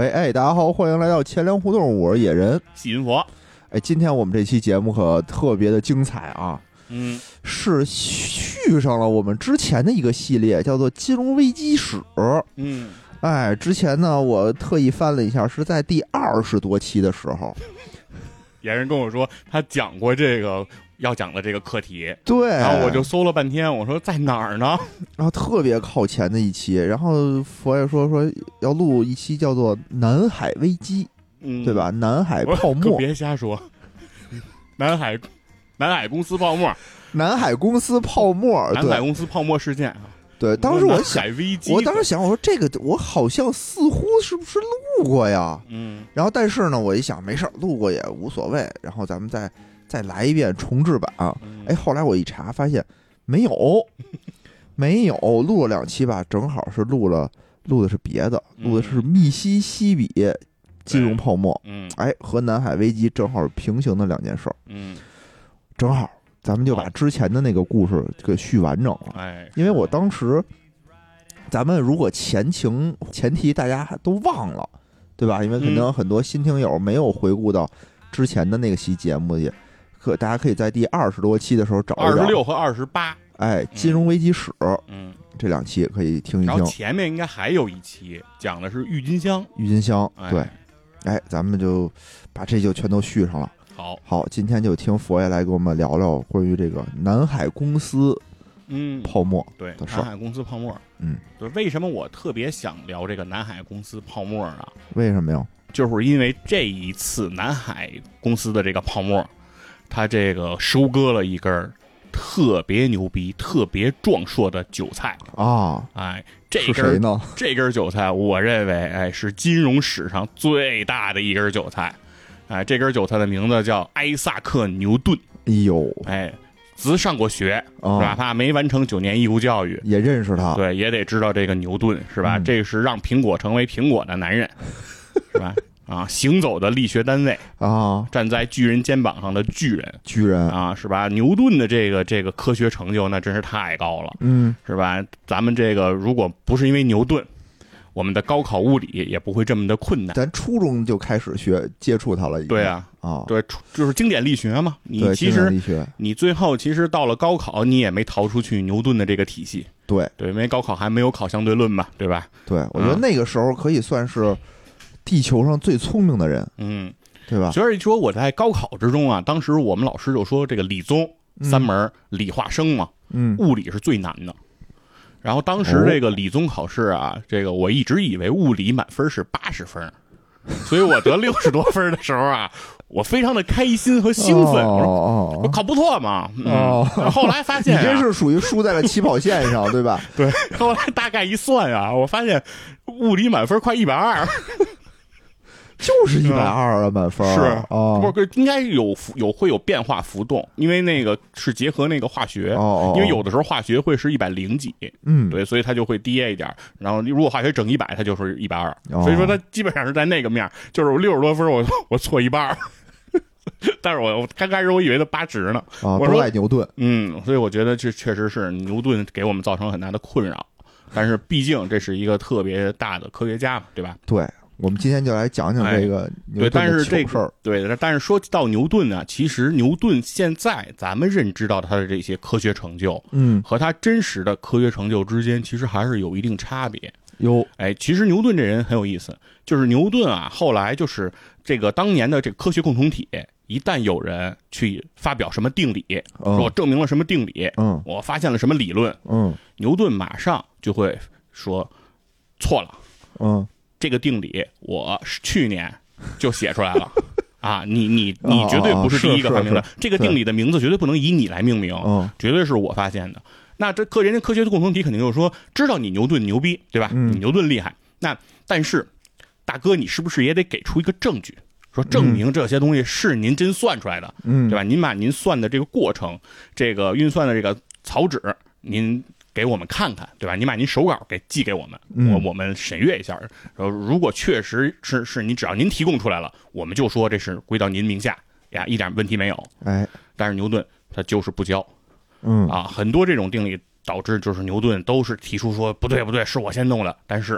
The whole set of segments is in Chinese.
喂，大家好，欢迎来到钱粮胡同，我是野人细云佛。 今天我们这期节目可特别的精彩啊，是续上了我们之前的一个系列，叫做金融危机史。之前呢，我特意翻了一下，是在第20多期的时候， 野人跟我说他讲过这个要讲的这个课题， 对， 然后我就搜了半天，我说在哪儿呢？ 然后特别靠前的一期，然后佛爷说要录一期叫做南海危机，对吧？南海泡沫， 别瞎说，南海公司泡沫， 南海公司泡沫， 南海公司泡沫事件啊。 对，当时我想，我当时想，我说这个我好像似乎是不是录过呀？然后但是呢，我一想没事，录过也无所谓，然后咱们再来一遍重制版啊。后来我一查发现没有，录了2期吧，正好是录的是别的，录的是密西西比金融泡沫，和南海危机正好是平行的2件事，正好。咱们就把之前的那个故事给续完整了，因为我当时，咱们如果前提大家都忘了，对吧？因为可能很多新听友没有回顾到之前的那个期节目，大家可以在第20多期的时候找一找 26和28， 金融危机史，这2期可以听一听。 然后前面应该还有一期讲的是郁金香， 对，咱们就把这就全都续上了。好，今天就听佛爷来给我们聊聊关于这个南海公司泡沫对的事儿。 南海公司泡沫，对，为什么我特别想聊这个南海公司泡沫呢？ 为什么呀？ 就是因为这一次南海公司的这个泡沫，它这个收割了一根特别牛逼、特别壮硕的韭菜啊！ 是谁呢？ 这根韭菜，我认为是金融史上最大的一根韭菜。这根韭菜的名字叫埃萨克·牛顿。只上过学，哪怕没完成9年义务教育， 也认识他。 对，也得知道这个牛顿是吧？这是让苹果成为苹果的男人，是吧？行走的力学单位站在巨人肩膀上的巨人是吧？牛顿的这个科学成就那真是太高了，是吧？咱们这个如果不是因为牛顿，我们的高考物理也不会这么的困难。 咱初中就开始接触它了。 对啊，对，就是经典力学嘛。你其实你最后其实到了高考，你也没逃出去牛顿的这个体系。对，因为高考还没有考相对论嘛，对吧？对， 我觉得那个时候可以算是地球上最聪明的人，对吧？ 所以说我在高考之中啊，当时我们老师就说这个理综3门理化生嘛，物理是最难的。然后当时这个理综考试啊，这个我一直以为物理满分是80分，所以我得60多分的时候啊，我非常的开心和兴奋，我考不错嘛。后来发现， 你这是属于输在了起跑线上，对吧？ 对。后来大概一算啊，我发现物理满分快120。 就是120啊，满分是不是应该会有变化浮动？因为那个是结合那个化学，因为有的时候化学会是100几，对，所以它就会跌一点。然后如果化学整100，它就是120，所以说它基本上是在那个面，就是我60多分，我错一半。但是我刚开始我以为它80呢，我说都爱牛顿， 所以我觉得这确实是牛顿给我们造成很大的困扰。但是毕竟这是一个特别大的科学家嘛，对吧？ 对。我们今天就来讲讲这个牛顿的糗事儿。 对，但是说到牛顿呢，其实牛顿现在咱们认知到他的这些科学成就，和他真实的科学成就之间，其实还是有一定差别。其实牛顿这人很有意思，就是牛顿啊，后来就是这个当年的这个科学共同体，一旦有人去发表什么定理，说我证明了什么定理，我发现了什么理论，牛顿马上就会说错了，这个定理我去年就写出来了你绝对不是第一个发明的，这个定理的名字绝对不能以你来命名，绝对是我发现的。那这人家科学的共同体肯定就是说知道你牛顿牛逼，对吧？你牛顿厉害，那但是大哥你是不是也得给出一个证据，说证明这些东西是您真算出来的，对吧？您把您算的这个过程，这个运算的这个草纸，您给我们看看，对吧？你把您手稿给寄给我们，我们审阅一下。如果确实是你，只要您提供出来了，我们就说这是归到您名下呀，一点问题没有。但是牛顿他就是不交，很多这种定理导致就是牛顿都是提出说不对，是我先弄的，但是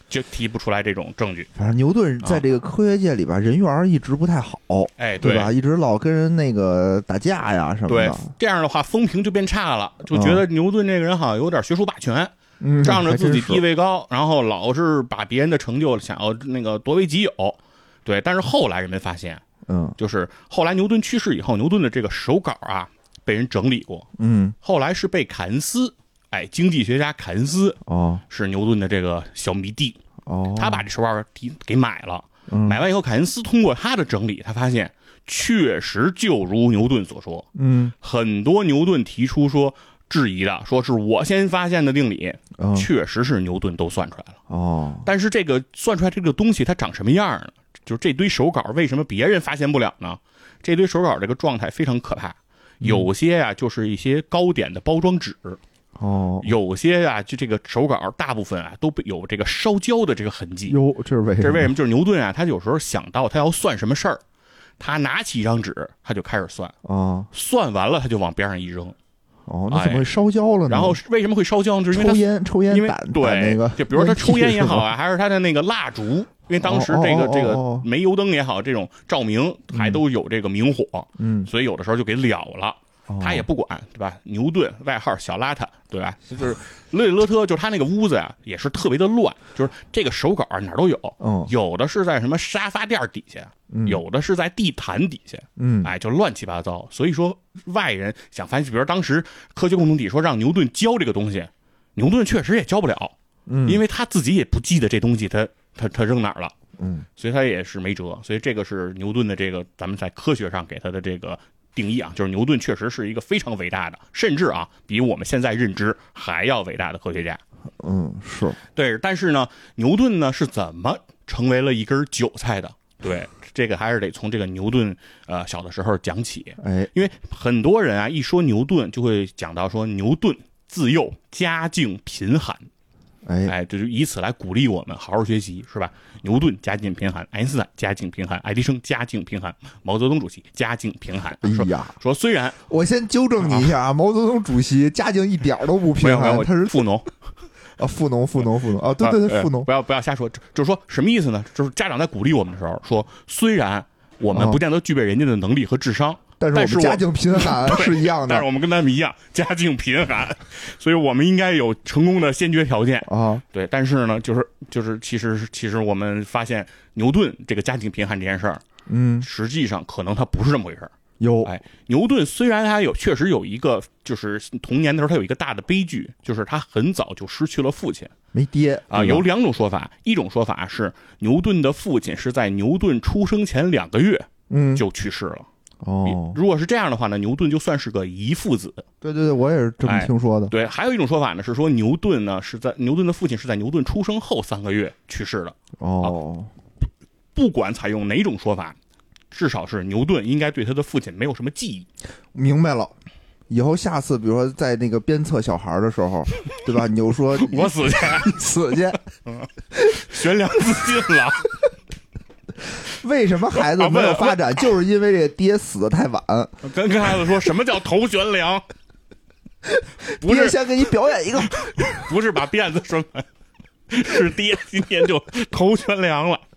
就提不出来这种证据。 反正牛顿在这个科学界里边人缘一直不太好，对吧？一直老跟人那个打架呀什么的。 对，这样的话风评就变差了，就觉得牛顿这个人好像有点学术霸权，仗着自己地位高，然后老是把别人的成就想要那个夺为己有。对，但是后来人们发现，就是后来牛顿去世以后，牛顿的这个手稿啊被人整理过，后来是被凯恩斯。经济学家凯恩斯是牛顿的这个小迷弟他把这手稿给买了，买完以后，凯恩斯通过他的整理，他发现确实就如牛顿所说，很多牛顿提出说质疑的，说是我先发现的定理，确实是牛顿都算出来了但是这个算出来这个东西它长什么样呢？就是这堆手稿为什么别人发现不了呢？这堆手稿这个状态非常可怕，有些呀就是一些糕点的包装纸。有些啊，就这个手稿大部分啊都有这个烧焦的这个痕迹。 这是为什么？ 这是为什么？就是牛顿啊，他有时候想到他要算什么事儿，他拿起一张纸，他就开始算算完了他就往边上一扔。 那怎么会烧焦了呢？ 然后为什么会烧焦呢？就是因为抽烟， 因为对那个，就比如说他抽烟也好啊，还是他的那个蜡烛，因为当时这个煤油灯也好，这种照明还都有这个明火，所以有的时候就给燎了。他也不管，对吧？牛顿外号小邋遢，对吧？就是勒里勒特，就是他那个屋子呀，也是特别的乱，就是这个手稿哪儿都有，有的是在什么沙发垫底下，有的是在地毯底下，就乱七八糟。所以说外人想翻译，比如当时科学共同体说让牛顿教这个东西，牛顿确实也教不了，因为他自己也不记得这东西他扔哪儿了，所以他也是没辙。所以这个是牛顿的这个咱们在科学上给他的这个定义啊，就是牛顿确实是一个非常伟大的，甚至啊比我们现在认知还要伟大的科学家。 是对，但是呢，牛顿呢是怎么成为了一根韭菜的？对，这个还是得从这个牛顿小的时候讲起。因为很多人啊一说牛顿就会讲到说牛顿自幼家境贫寒。就是以此来鼓励我们好好学习，是吧？牛顿家境贫寒，爱因斯坦家境贫寒，爱迪生家境贫寒，毛泽东主席家境贫寒。说虽然我先纠正你一下啊，毛泽东主席家境一点都不贫寒，他是富农。 富农啊，对，富农。 不要瞎说，就是说什么意思呢？就是家长在鼓励我们的时候说，虽然我们不见得具备人家的能力和智商。 但是我们家境贫寒是一样的， 但是我们跟他们一样，家境贫寒，所以我们应该有成功的先决条件对，但是呢，就是其实我们发现牛顿这个家境贫寒这件事儿，实际上可能他不是这么回事儿。牛顿虽然他确实有一个，就是童年的时候他有一个大的悲剧，就是他很早就失去了父亲， 没爹有两种说法，一种说法是牛顿的父亲是在牛顿出生前2个月就去世了。如果是这样的话呢，牛顿就算是个遗父子。 对，我也是这么听说的。 对，还有一种说法呢是说牛顿的父亲是在牛顿出生后3个月去世的。不管采用哪种说法，至少是牛顿应该对他的父亲没有什么记忆。 明白了，以后下次比如说在那个鞭策小孩的时候，对吧？你就说我死去， 死去， 悬梁自尽了。 为什么孩子没有发展？就是因为这个爹死的太晚。 跟孩子说什么叫头悬梁？ 爹先给你表演一个， 不是把辫子拴完，是爹今天就头悬梁了。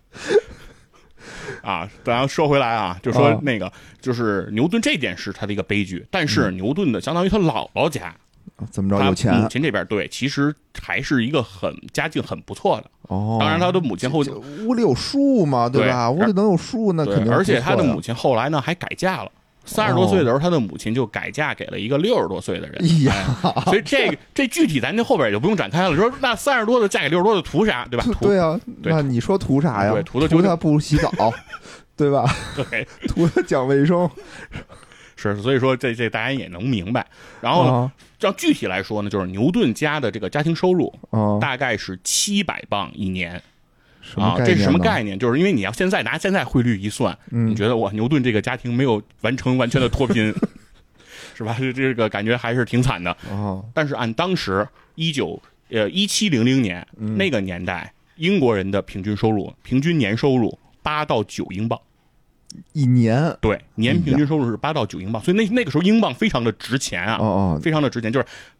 咱说回来啊，就说那个就是牛顿这件事他的一个悲剧，但是牛顿的相当于他姥姥家。 怎么着有钱？ 母亲这边对，其实还是一个家境很不错的。当然他的母亲屋里有树嘛，对吧？屋里能有树那肯定。 而且他的母亲后来呢还改嫁了，30多岁的时候，他的母亲就改嫁给了一个60多岁的人。所以这具体咱就后边也就不用展开了。说那30多的嫁给60多的图啥，对吧？ 对啊，那你说图啥呀？图他不洗澡，对吧？ 对， 图他讲卫生。 是，所以说这大家也能明白。然后呢，照具体来说呢，就是牛顿家的这个家庭收入大概是700磅一年。这是什么概念？就是因为你要拿现在汇率一算，你觉得牛顿这个家庭没有完全的脱贫，是吧？这个感觉还是挺惨的。但是按当时1700年那个年代，英国人的平均年收入8到9英镑。 一年，对， 年平均收入是8到9英镑，所以那个时候英镑非常的值钱啊，非常的值钱。就是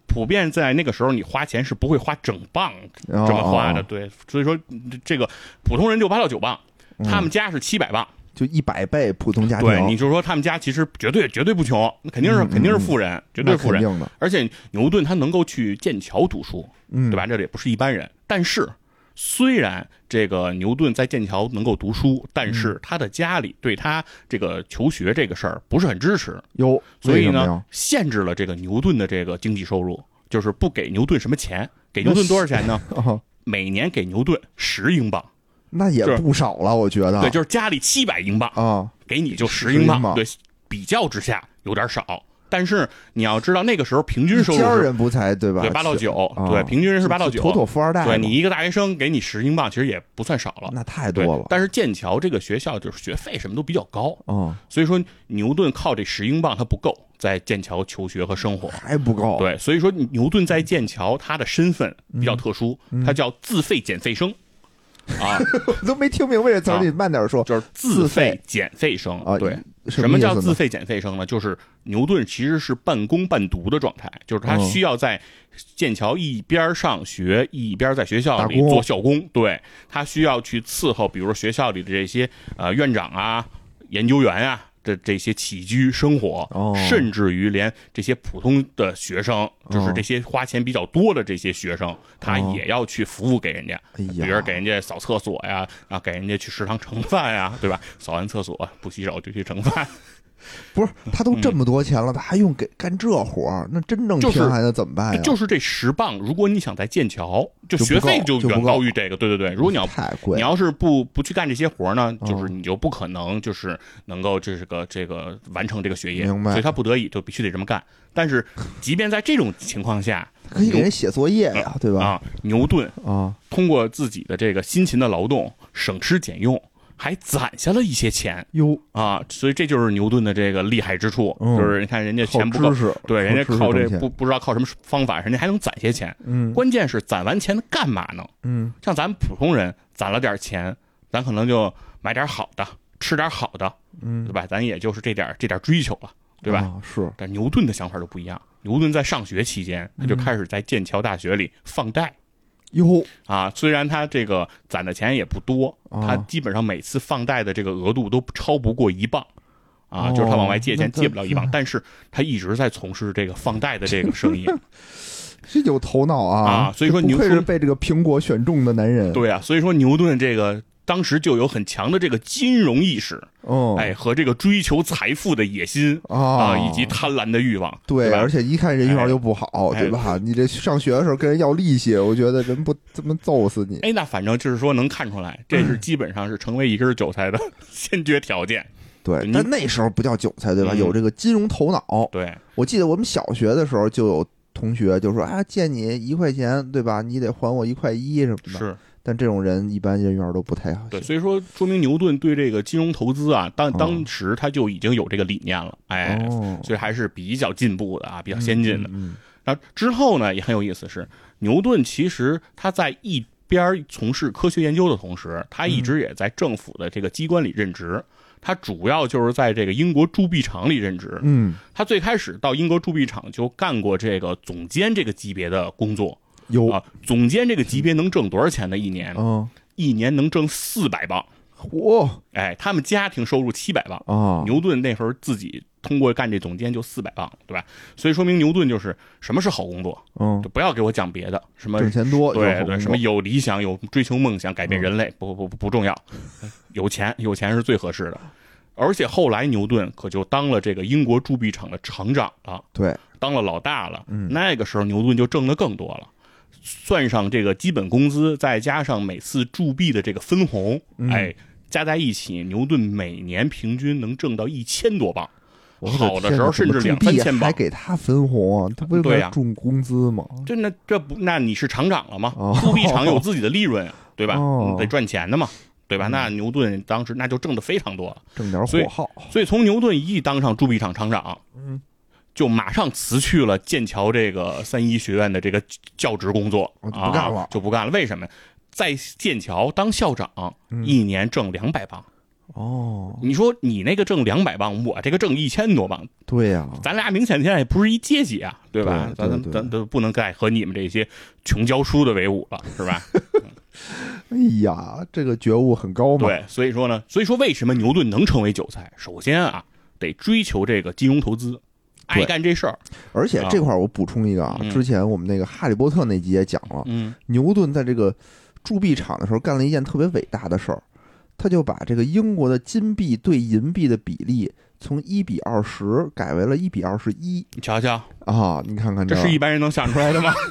普遍在那个时候你花钱是不会花整磅这么花的，对，所以说这个普通人就8到9磅，他们家是700磅。 就100倍普通家庭， 对，你就说他们家其实绝对不穷，肯定是富人，绝对富人。而且牛顿他能够去剑桥读书，对吧？这也不是一般人。但是虽然这个牛顿在剑桥能够读书，但是他的家里对他这个求学这个事儿不是很支持，所以呢，限制了这个牛顿的这个经济收入，就是不给牛顿什么钱，给牛顿多少钱呢？每年给牛顿10英镑。 那也不少了，我觉得。 对，就是家里700英镑啊， 给你就10英镑。对，比较之下有点少，但是你要知道那个时候平均收入， 家人不才对吧？ 对，8到9，对，平均人是8到9， 妥妥富二代。 对，你一个大学生给你10英镑，其实也不算少了， 那太多了。 但是剑桥这个学校就是学费什么都比较高所以说牛顿靠这10英镑他不够在剑桥求学和生活， 还不够。 对，所以说牛顿在剑桥他的身份比较特殊，他叫自费减费生。 我都没听明白这词儿，你慢点说。 就是自费减费生对，什么叫自费减费生呢？就是牛顿其实是半工半读的状态，就是他需要在剑桥一边上学一边在学校里做校工，对，他需要去伺候比如说学校里的这些院长啊、研究员啊的这些起居生活，甚至于连这些普通的学生，就是这些花钱比较多的这些学生，他也要去服务给人家，比如给人家扫厕所呀，然后给人家去食堂盛饭呀，对吧？扫完厕所不洗手就去盛饭。 不是，他都这么多钱了，他还用干这活那真正贫还能怎么办呀？ 就是这10磅，如果你想在剑桥，就学费就远高于这个。对，如果你要太贵， 你要是不去干这些活呢，就是你就不可能就是能够这个完成这个学业，所以他不得已就必须得这么干。但是即便在这种情况下， 可以给人写作业呀，对吧？ 牛顿通过自己的这个辛勤的劳动，省吃俭用。还攒下了一些钱所以这就是牛顿的这个厉害之处，就是你看人家钱不够，对，人家靠这不知道靠什么方法，人家还能攒些钱。关键是攒完钱干嘛呢？像咱普通人攒了点钱，咱可能就买点好的，吃点好的，对吧？咱也就是这点追求了，对吧？ 是。 但牛顿的想法就不一样，牛顿在上学期间，他就开始在剑桥大学里放贷。虽然他这个攒的钱也不多，他基本上每次放贷的这个额度都超不过1磅就是他往外借钱借不了1磅，但是他一直在从事这个放贷的这个生意。 是有头脑所以说牛顿是被这个苹果选中的男人。 对所以说牛顿这个当时就有很强的这个金融意识，和这个追求财富的野心以及贪婪的欲望， 对，而且一看人缘又不好，对吧？你这上学的时候跟人要利息，我觉得人不这么揍死你。 那反正就是说能看出来，这是基本上是成为一根韭菜的先决条件。 对，但那时候不叫韭菜，对吧？有这个金融头脑。 对， 我记得我们小学的时候就有同学就说借你1块钱，对吧？你得还我1块1什么的。 是。 但这种人一般人缘都不太好。 对，所以说明牛顿对这个金融投资当时他就已经有这个理念了，所以还是比较进步的比较先进的。然后之后呢，也很有意思是，牛顿其实他在一边从事科学研究的同时，他一直也在政府的这个机关里任职。他主要就是在这个英国铸币厂里任职。他最开始到英国铸币厂就干过这个总监这个级别的工作。总监这个级别能挣多少钱呢？一年能挣400磅。他们家庭收入700磅牛顿那时候自己通过干这总监就400磅，对吧？所以说明牛顿就是什么是好工作，就不要给我讲别的，什么挣钱多， 对，什么有理想、有追求梦想、改变人类，不重要，有钱是最合适的。而且后来牛顿可就当了这个英国铸币厂的厂长了， 对， 当了老大了。那个时候牛顿就挣得更多了。算上这个基本工资，再加上每次铸币的这个分红，加在一起，牛顿每年平均能挣到1000多磅，好的时候甚至2-3千磅。 还给他分红他不是给他重工资吗？ 那你是厂长了吗？铸币厂有自己的利润对吧？得赚钱的嘛，对吧？那牛顿当时那就挣得非常多了， 挣点火耗。 所以从牛顿一当上铸币厂厂长，就马上辞去了剑桥这个3一学院的这个教职工作， 就不干了。为什么？在剑桥当校长，一年挣200磅。 哦， 你说你那个挣200磅，我这个挣1000多磅， 对呀， 咱俩明显现在也不是一阶级啊，对吧？咱都不能再和你们这些穷教书的为伍了，是吧？ 哎呀，这个觉悟很高嘛。 对，所以说为什么牛顿能成为韭菜？首先啊，得追求这个金融投资，爱干这事儿。 而且这块我补充一个啊，之前我们那个哈利波特那集也讲了，牛顿在这个铸币厂的时候干了一件特别伟大的事儿，他就把这个英国的金币对银币的比例从1:20改为了1:21。你瞧瞧啊，你看看这是一般人能想出来的吗？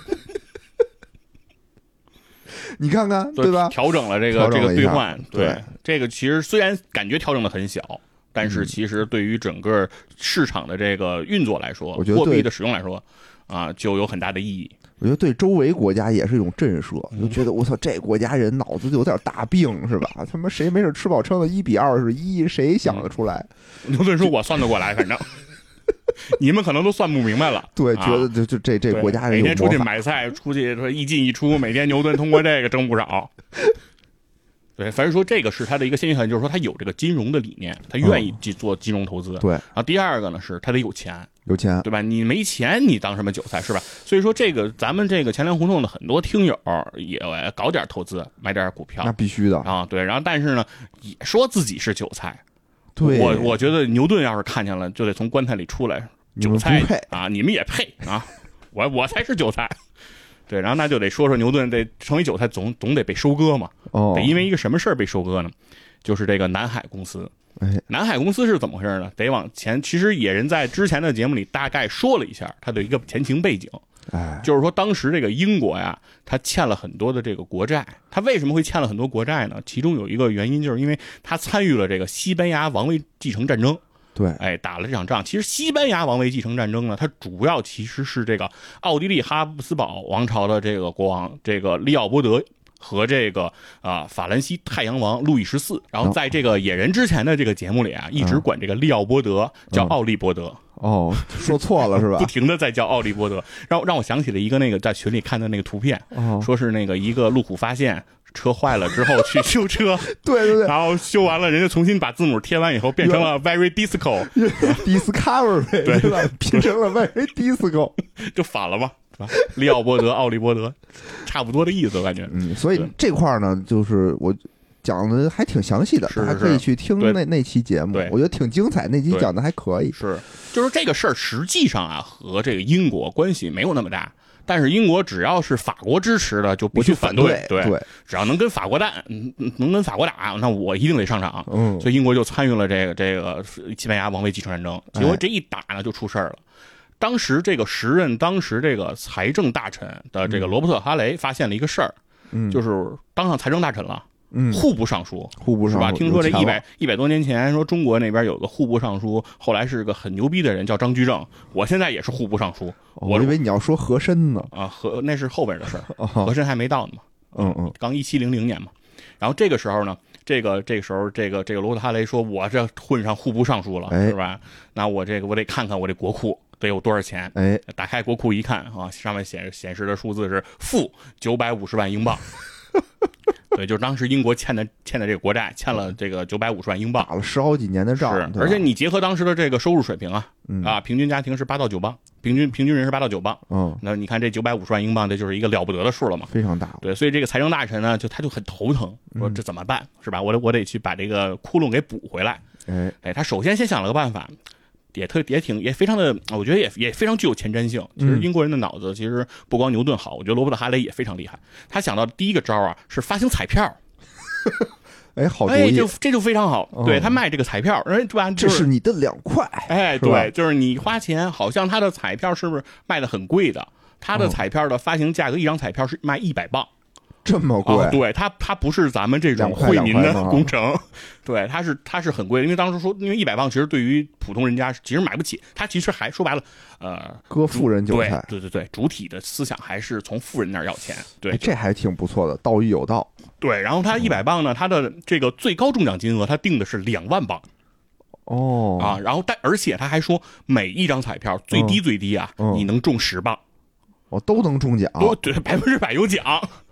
你看看，对吧？ 调整了这个兑换，对这个其实虽然感觉调整的很小，但是其实对于整个市场的这个运作来说，货币的使用来说啊，就有很大的意义。 我觉得对周围国家也是一种震慑，就觉得我操，这国家人脑子就有点大病是吧？他妈谁没事吃饱撑的1:21，谁想得出来？ 牛顿说：“我算得过来，反正。”你们可能都算不明白了， 对，觉得就这国家人每天出去买菜，出去一进一出，每天牛顿通过这个挣不少。对，反正说这个是他的一个先决条件，就是说他有这个金融的理念，他愿意去做金融投资。 对， 然后第二个呢是他得有钱，对吧？你没钱，你当什么韭菜是吧？所以说这个咱们这个钱粮胡同的很多听友也搞点投资，买点股票， 那必须的啊。对，然后但是呢，也说自己是韭菜。 对， 我觉得牛顿要是看见了，就得从棺材里出来。韭菜啊，你们也配啊？我才是韭菜。对，然后那就得说牛顿得成为韭菜，总得被收割嘛。得因为一个什么事儿被收割呢？就是这个南海公司。南海公司是怎么回事呢？得往前，其实野人在之前的节目里大概说了一下他的一个前情背景。就是说当时这个英国呀，他欠了很多的这个国债。他为什么会欠了很多国债呢？其中有一个原因就是因为他参与了这个西班牙王位继承战争。 对， 打了这场仗。其实西班牙王位继承战争呢，它主要其实是这个奥地利哈布斯堡王朝的这个国王这个利奥波德和这个法兰西太阳王路易14。然后在这个野人之前的这个节目里啊，一直管这个利奥波德叫奥利波德。 说错了是吧？ 不停的在叫奥利波德，让我想起了一个那个在群里看的那个图片，说是那个一个路虎发现车坏了之后去修车， 对， 然后修完了，人家重新把字母贴完以后，变成了 Very Disco Discovery， 对吧？变成了 Very Disco， 就反了嘛，利奥波德、奥利波德，差不多的意思，我感觉。 所以这块呢，就是我讲的还挺详细的，大家可以去听那期节目，我觉得挺精彩，那集讲的还可以。 就是这个事儿，实际上啊，和这个英国关系没有那么大。但是英国只要是法国支持的，就必须反对。对，只要能跟法国打，那我一定得上场。所以英国就参与了这个西班牙王位继承战争。结果这一打呢，就出事儿了。当时这个时任这个财政大臣的这个罗伯特·哈雷发现了一个事儿，就是当上财政大臣了。户部尚书是吧？听说这100多年前说中国那边有个户部尚书，后来是个很牛逼的人叫张居正。我现在也是户部尚书。 我以为你要说和珅呢那是后边的事儿，和珅还没到呢嘛。刚1700年嘛。然后这个时候呢，这个时候这个罗伯特哈雷说，我这混上户部尚书了，是吧？那我得看看我这国库得有多少钱。打开国库一看啊，上面显示的数字是负950万英镑。对，就是当时英国欠的这个国债，欠了这个950万英镑， 打了10好几年的仗。 而且你结合当时的这个收入水平平均家庭是8到9磅，平均人是8到9磅。那你看这950万英镑，这就是一个了不得的数了嘛， 非常大。 对，所以这个财政大臣呢，他就很头疼，说这怎么办，是吧？我得去把这个窟窿给补回来。他首先想了个办法。也非常的，我觉得也非常具有前瞻性。其实英国人的脑子其实不光牛顿好，我觉得罗伯特哈雷也非常厉害。他想到的第一个招是发行彩票。 好主意， 这就非常好。对，他卖这个彩票，对吧？ 这是你的2块。 对，就是你花钱，好像他的彩票是不是卖的很贵的？他的彩票的发行价格，一张彩票是卖100磅。 这么贵？ 对，它不是咱们这种惠民的工程，对，它是很贵的。因为当时说，因为100磅其实对于普通人家其实买不起，它其实还说白了， 割富人韭菜。 对，主体的思想还是从富人那儿要钱。对， 这还挺不错的，道义有道。 对，然后它100磅呢，它的这个最高中奖金额，它定的是2万磅。然后而且他还说，每一张彩票最低啊，你能中10磅。 都能中奖。 对，100%有奖。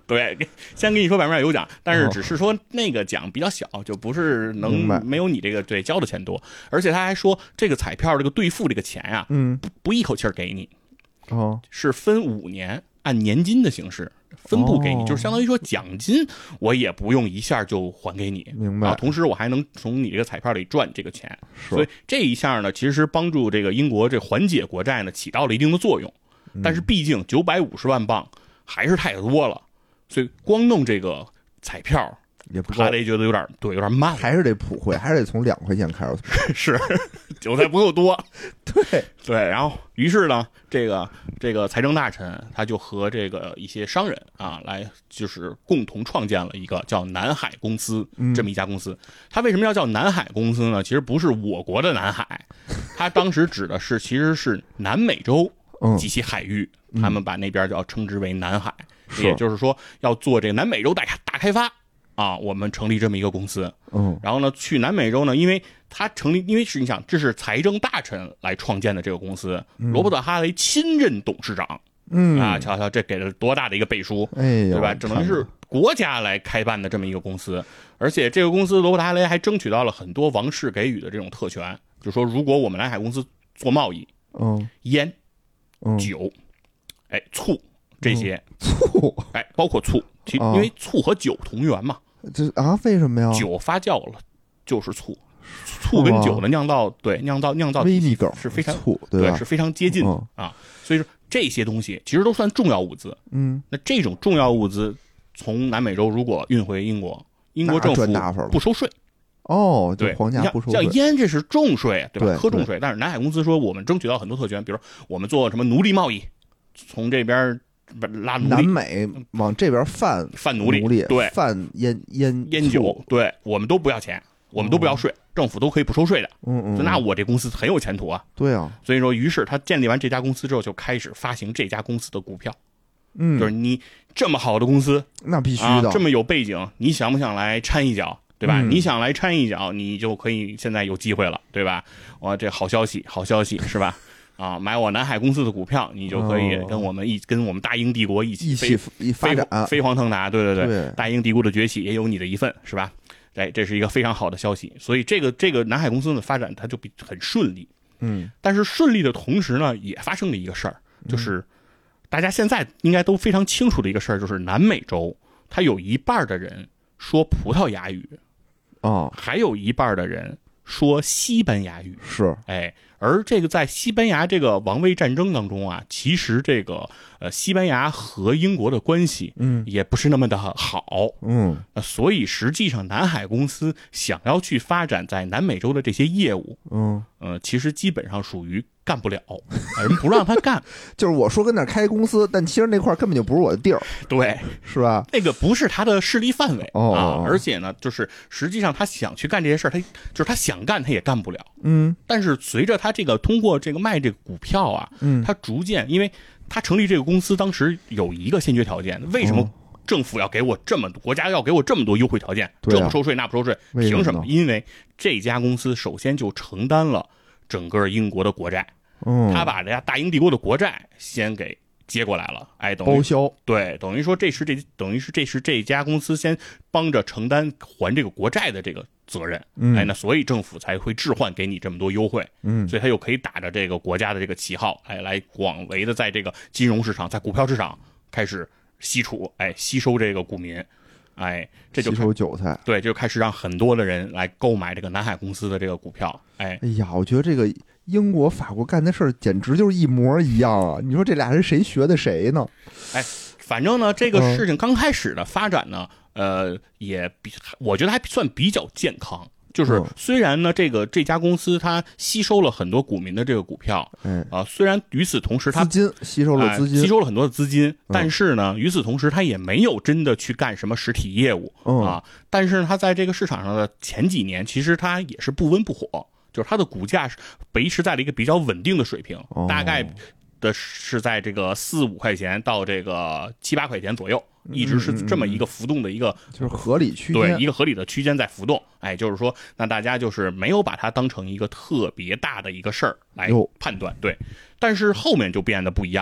对，先跟你说100%有奖，但是只是说那个奖比较小，就不是没有你这个对交的钱多。而且他还说这个彩票这个兑付这个钱呀，不一口气给你，是分5年，按年金的形式分布给你，就是相当于说奖金我也不用一下就还给你， 明白？ 同时我还能从你这个彩票里赚这个钱，所以这一下呢，其实帮助这个英国这缓解国债呢起到了一定的作用。但是毕竟950万镑还是太多了，所以光弄这个彩票也不够， 哈雷觉得有点慢， 还是得普惠，还是得从2块钱开始是韭菜不够多， 对， 然后于是呢，这个财政大臣他就和这个一些商人啊，来就是共同创建了一个叫南海公司这么一家公司。他为什么要叫南海公司呢？其实不是我国的南海，他当时指的是其实是南美洲及其海域，他们把那边就要称之为南海，也就是说要做这个南美洲大开发啊。我们成立这么一个公司，然后呢去南美洲呢，因为他成立，因为是你想这是财政大臣来创建的这个公司，罗伯特哈雷亲任董事长，瞧瞧这给了多大的一个背书，对吧？只能是国家来开办的这么一个公司，而且这个公司罗伯特哈雷还争取到了很多王室给予的这种特权，就说如果我们南海公司做贸易，烟、酒、醋这些， 醋， 包括醋，因为醋和酒同源嘛。 为什么呀？ 酒发酵了就是醋，醋跟酒的酿造是非常醋， 对，是非常接近的啊。所以说这些东西其实都算重要物资。那这种重要物资从南美洲如果运回英国，英国政府不收税。对， 皇家不收税。 像烟这是重税，对吧？科重税。但是南海公司说我们争取到很多特权，比如我们做什么奴隶贸易，从这边拉奴隶， 南美往这边贩奴隶，对， 贩烟酒，对，我们都不要钱，我们都不要税，政府都可以不收税的。那我这公司很有前途啊。 对啊， 所以说，于是他建立完这家公司之后，就开始发行这家公司的股票。就是你这么好的公司， 那必须的， 这么有背景，你想不想来掺一脚？对吧？你想来掺一脚，你就可以现在有机会了，对吧？这好消息是吧？买我南海公司的股票，你就可以跟我们大英帝国一起发展， 飞黄腾达。对，大英帝国的崛起也有你的一份，是吧？这是一个非常好的消息。所以这个南海公司的发展，它就很顺利。但是顺利的同时呢，也发生了一个事儿，就是大家现在应该都非常清楚的一个事儿，就是南美洲它有一半的人说葡萄牙语。还有一半的人说西班牙语， 是而这个在西班牙这个王位战争当中啊，其实这个西班牙和英国的关系也不是那么的好，所以实际上南海公司想要去发展在南美洲的这些业务，其实基本上属于干不了，人不让他干。 就是我说跟那儿开公司，但其实那块根本就不是我的地儿， 对， 是吧？ 那个不是他的势力范围而且呢，就是实际上他想去干这些事儿，他想干他也干不了。但是随着他这个通过这个卖这个股票啊，他逐渐，因为他成立这个公司当时有一个先决条件，为什么政府要给我这么多，国家要给我这么多优惠条件？这不收税那不收税，凭什么？因为这家公司首先就承担了整个英国的国债。他把这家大英帝国的国债先给接过来了， 包销， 对，等于说这是这家公司先帮着承担还这个国债的这个责任，那所以政府才会置换给你这么多优惠，所以他又可以打着这个国家的这个旗号，来广为的在这个金融市场、在股票市场开始吸收这个股民，这就吸收韭菜， 对，就开始让很多的人来购买这个南海公司的这个股票， 哎呀，我觉得这个英国、法国干的事儿简直就是一模一样啊！你说这俩人谁学的谁呢？ 反正呢，这个事情刚开始的发展呢，我觉得还算比较健康。就是虽然呢，这家公司它吸收了很多股民的这个股票，虽然与此同时它吸收了很多的资金，但是呢，与此同时它也没有真的去干什么实体业务但是它在这个市场上的前几年，其实它也是不温不火。就是它的股价维持在了一个比较稳定的水平，大概的是在这个4-5块钱到这个7-8块钱左右，一直是这么一个浮动的一个， 就是合理区间， 对，一个合理的区间在浮动。就是说，那大家就是没有把它当成一个特别大的一个事儿来判断，对。但是后面就变得不一样了，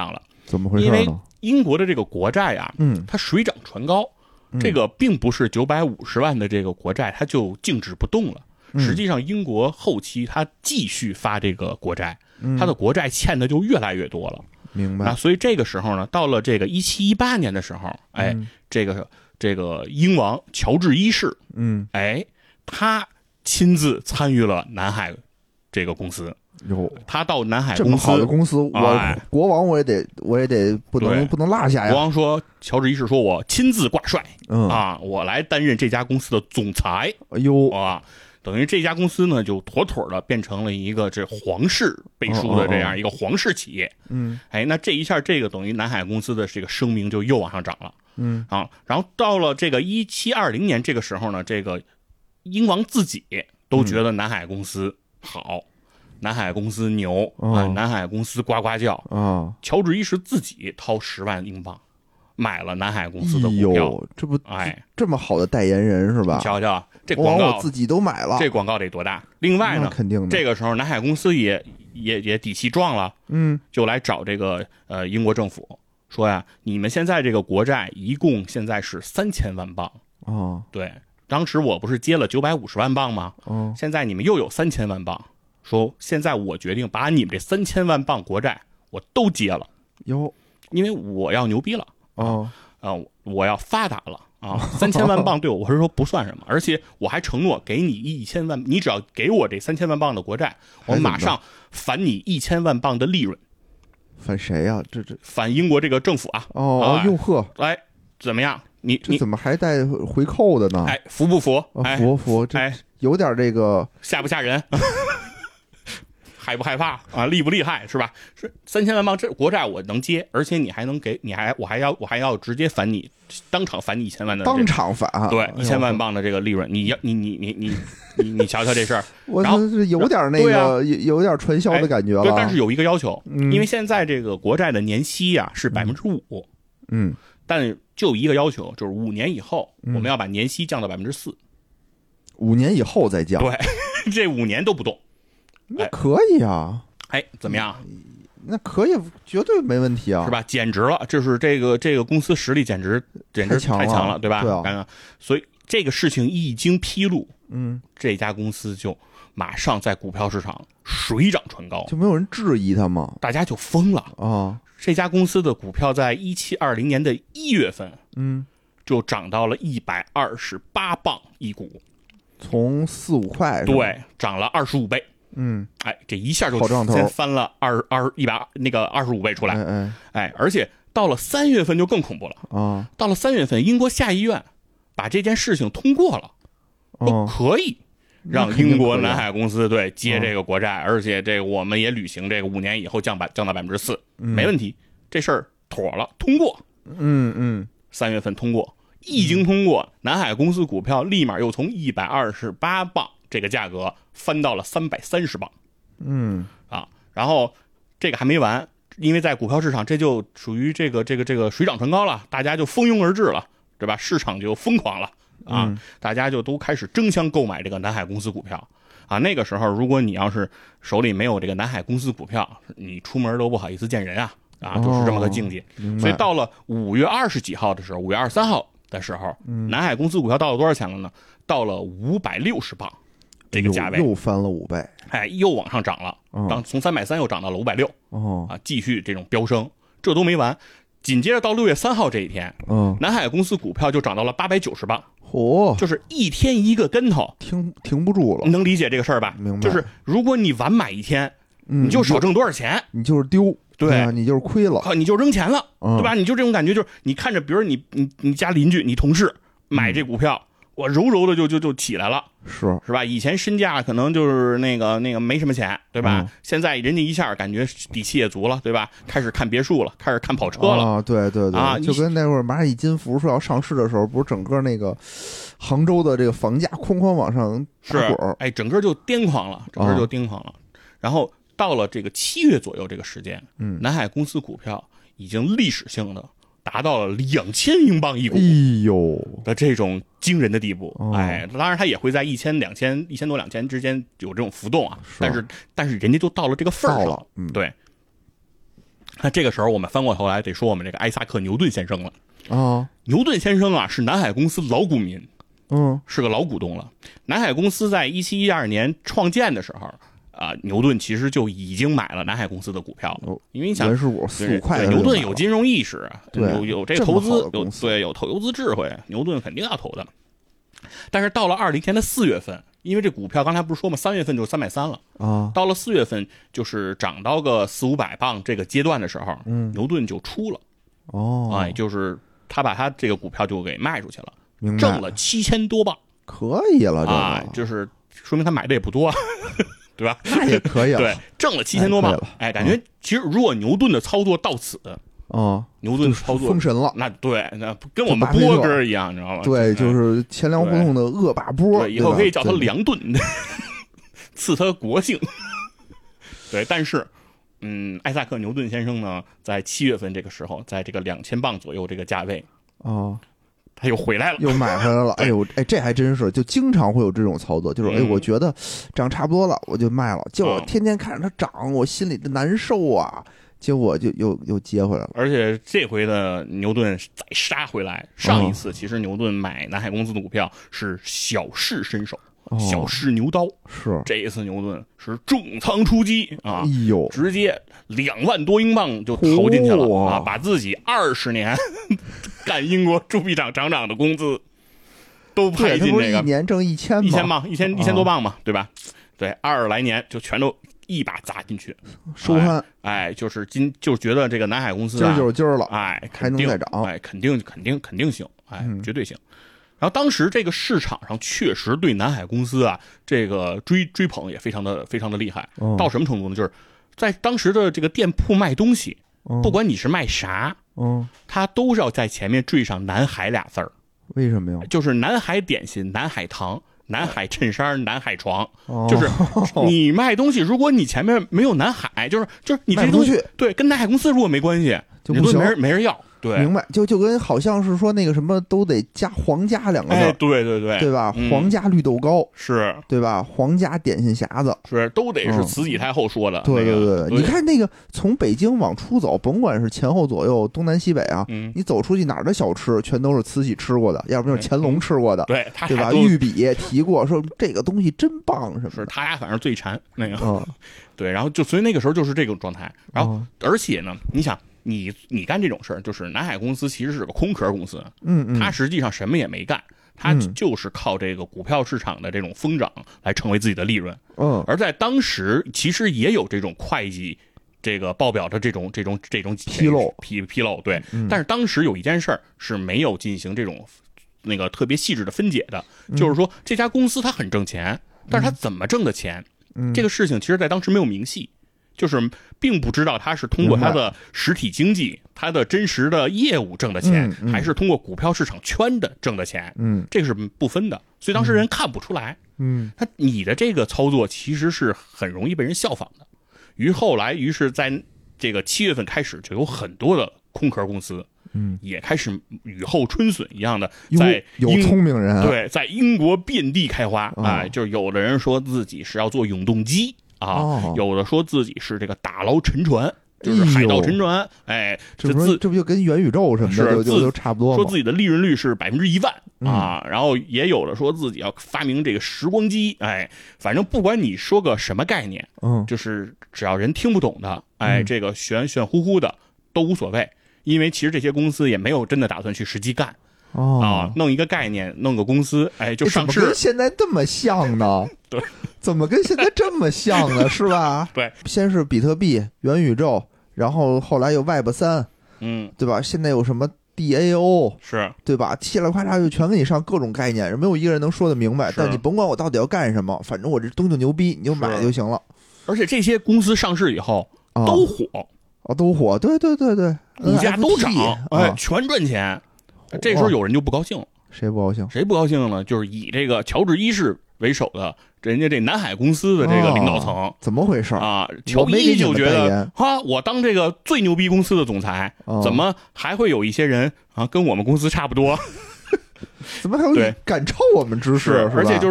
怎么回事呢？因为英国的这个国债啊，它水涨船高，这个并不是950万的这个国债它就静止不动了。实际上，英国后期它继续发这个国债，它的国债欠的就越来越多了。 明白。 所以这个时候呢，到了这个1718年的时候，这个英王乔治一世，他亲自参与了南海这个公司。他到南海公司， 这么好的公司，国王我也得不能落下呀。 国王说，乔治一世说，我亲自挂帅，我来担任这家公司的总裁。 哎呦等于这家公司呢，就妥妥的变成了一个这皇室背书的这样一个皇室企业。那这一下，这个等于南海公司的这个声名就又往上涨了。然后到了这个1720年这个时候呢，这个英王自己都觉得南海公司好。南海公司牛南海公司呱呱叫乔治一世自己掏10万英镑买了南海公司的股票。 这不这么好的代言人是吧？ 瞧瞧这广告， 我自己都买了， 这广告得多大？另外呢， 肯定的， 这个时候南海公司也底气壮了，就来找这个英国政府说呀，你们现在这个国债一共现在是3000万镑对，当时我不是接了950万镑吗？现在你们又有3000万镑。说现在我决定把你们这3000万镑国债我都接了因为我要牛逼了我要发达了3000万镑对我是说不算什么，而且我还承诺给你1000万，你只要给我这3000万镑的国债，我马上返你1000万镑的利润。 返谁呀？这返英国这个政府啊！ 哟呵， 怎么样？你怎么还带回扣的呢？ 服不服？ 服，这有点这个吓不吓人？害不害怕啊？厉不厉害是吧？是3000万镑这国债我能接，而且你还能给，我还要直接返你，当场返你1000万的， 当场返对1000万镑的这个利润，你瞧瞧这事儿， 然后有点那个有点传销的感觉了。 但是有一个要求，因为现在这个国债的年息呀是5%，但就一个要求，就是5年以后我们要把年息降到4%，5 年以后再降， 对，这5年都不动。 那可以啊， 怎么样？ 那可以，绝对没问题啊， 是吧？简直了，就是这个公司实力简直太强了，对吧？ 对啊， 所以这个事情一经披露，这家公司就马上在股票市场水涨船高， 就没有人质疑他吗？ 大家就疯了啊！ 这家公司的股票在1720年的1月份，就涨到了128镑一股， 从4、5块， 对，涨了25倍。这一下就先翻了125倍出来，而且到了3月份就更恐怖了到了3月份，英国下议院把这件事情通过了，可以让英国南海公司接这个国债，而且这个我们也履行这个5年以后降到4%，没问题，这事儿妥了，通过。3月份通过，一经通过，南海公司股票立马又从128镑这个价格翻到了330镑。然后这个还没完，因为在股票市场这就属于这个水涨船高了，大家就蜂拥而至了，对吧？市场就疯狂了大家就都开始争相购买这个南海公司股票那个时候如果你要是手里没有这个南海公司股票，你出门都不好意思见人就是这么个境界。所以到了5月20几号的时候，5月23号的时候，南海公司股票到了多少钱了呢？到了560镑这个价位， 又翻了5倍， 又往上涨了，从330又涨到了560，继续这种飙升。这都没完，紧接着到6月3号这一天，南海公司股票就涨到了890镑，就是一天一个跟头， 停不住了。 能理解这个事儿吧？ 明白。 就是如果你晚买一天，你就少挣多少钱， 你就是丢， 对， 你就是亏了， 你就扔钱了，对吧？你就这种感觉，就是你看着，比如你家邻居、你同事买这股票。我柔柔的就起来了，是吧？以前身价可能就是那个没什么钱，对吧？现在人家一下感觉底气也足了，对吧？开始看别墅了，开始看跑车了对就跟那会儿蚂蚁金服说要上市的时候，不是整个那个杭州的这个房价哐哐往上打滚， 整个就癫狂了，然后到了这个7月左右这个时间，南海公司股票已经历史性的达到了2000英镑一股的这种惊人的地步，当然它也会在1000、多2000之间有这种浮动但是人家就到了这个份儿上了，对。 那这个时候我们翻过头来得说我们这个艾萨克·牛顿先生了。 牛顿先生啊是南海公司老股民，是个老股东了。南海公司在1712年创建的时候牛顿其实就已经买了南海公司的股票，因为你想 4-5块， 牛顿有金融意识，有这投资，有投资智慧，牛顿肯定要投的。但是到了20年的4月份，因为这股票刚才不是说嘛，3月份就330了到了4月份就是涨到个400-500磅这个阶段的时候，牛顿就出了就是他把他这个股票就给卖出去了，挣了7000多磅， 可以了就是说明他买的也不多对吧？ 那也可以了， 对，挣了7000多磅，感觉其实如果牛顿的操作到此牛顿操作封神了， 那对，那跟我们波哥一样，你知道吗？ 对，就是钱粮胡同的恶霸波， 以后可以叫他梁顿，赐他国姓。对，但是，艾萨克·牛顿先生呢，在7月份这个时候，在这个2000磅左右这个价位他又回来了， 又买回来了。哎呦，这还真是，就经常会有这种操作，就是我觉得涨差不多了，我就卖了，结果天天看着它涨，我心里的难受啊。结果就又接回来了， 而且这回的牛顿再杀回来。上一次其实牛顿买南海公司的股票是小试身手，小试牛刀， 是这一次牛顿是重仓出击直接2万多英镑就投进去了把自己20年干英国铸币厂厂长的工资都派进这个， 一年挣1000 磅，1000多磅嘛，对吧？对，20来年就全都一把砸进去， 收摊， 就是就觉得这个南海公司今儿了， 还能再涨， 肯定行，绝对行。然后当时这个市场上确实对南海公司这个追捧也非常的厉害，到什么程度呢？就是在当时的这个店铺卖东西，不管你是卖啥，它都是要在前面缀上南海俩字儿。 为什么呀？ 就是南海点心、南海糖、南海衬衫、南海床，就是你卖东西，如果你前面没有南海，就是你这东西对跟南海公司如果没关系， 就不行， 没人要。对， 明白，就跟好像是说那个什么都得加皇家2个字，对吧？皇家绿豆糕是， 对吧？皇家点心匣子是，都得是慈禧太后说的。 对，你看那个从北京往出走，甭管是前后左右、东南西北你走出去哪儿的小吃，全都是慈禧吃过的，要不就是乾隆吃过的， 对吧？御笔提过说这个东西真棒什么的， 是他俩反正最馋那个，对，然后所以那个时候就是这个状态，然后而且呢，你想。你干这种事儿，就是南海公司其实是个空壳公司，它实际上什么也没干，它就是靠这个股票市场的这种疯涨来成为自己的利润，而在当时其实也有这种会计这个报表的这种纰漏，对，但是当时有一件事儿是没有进行这种那个特别细致的分解的，就是说这家公司它很挣钱，但是它怎么挣的钱，这个事情其实在当时没有明细。就是并不知道他是通过他的实体经济、他的真实的业务挣的钱，还是通过股票市场圈的挣的钱，这个是不分的，所以当时人看不出来，你的这个操作其实是很容易被人效仿的。于是在这个7月份开始，就有很多的空壳公司，也开始雨后春笋一样的有聪明人对，在英国遍地开花就是有的人说自己是要做永动机。有的说自己是这个打捞沉船，就是海盗沉船， 这不就跟元宇宙什么的就差不多吗？ 说自己的利润率是100%然后也有的说自己要发明这个时光机，反正不管你说个什么概念，就是只要人听不懂的，这个玄乎乎的都无所谓，因为其实这些公司也没有真的打算去实际干。弄一个概念，弄个公司，就上市。 怎么跟现在这么像呢？ 对， 怎么跟现在这么像呢？是吧？ 对， 先是比特币、元宇宙，然后后来有 Web3，对吧？现在有什么 DAO， 是， 对吧？嘁啦咔嚓就全给你上各种概念，没有一个人能说得明白。但你甭管我到底要干什么，反正我这东西牛逼，你就买就行了。 而且这些公司上市以后都火， 都火，对， 股价都涨，全赚钱。这时候有人就不高兴了， 谁不高兴？ 谁不高兴呢？就是以这个乔治一世为首的人家这南海公司的这个领导层， 怎么回事乔一就觉得我当这个最牛逼公司的总裁，怎么还会有一些人跟我们公司差不多？ 怎么还有赶超我们知识？ 而且就是说，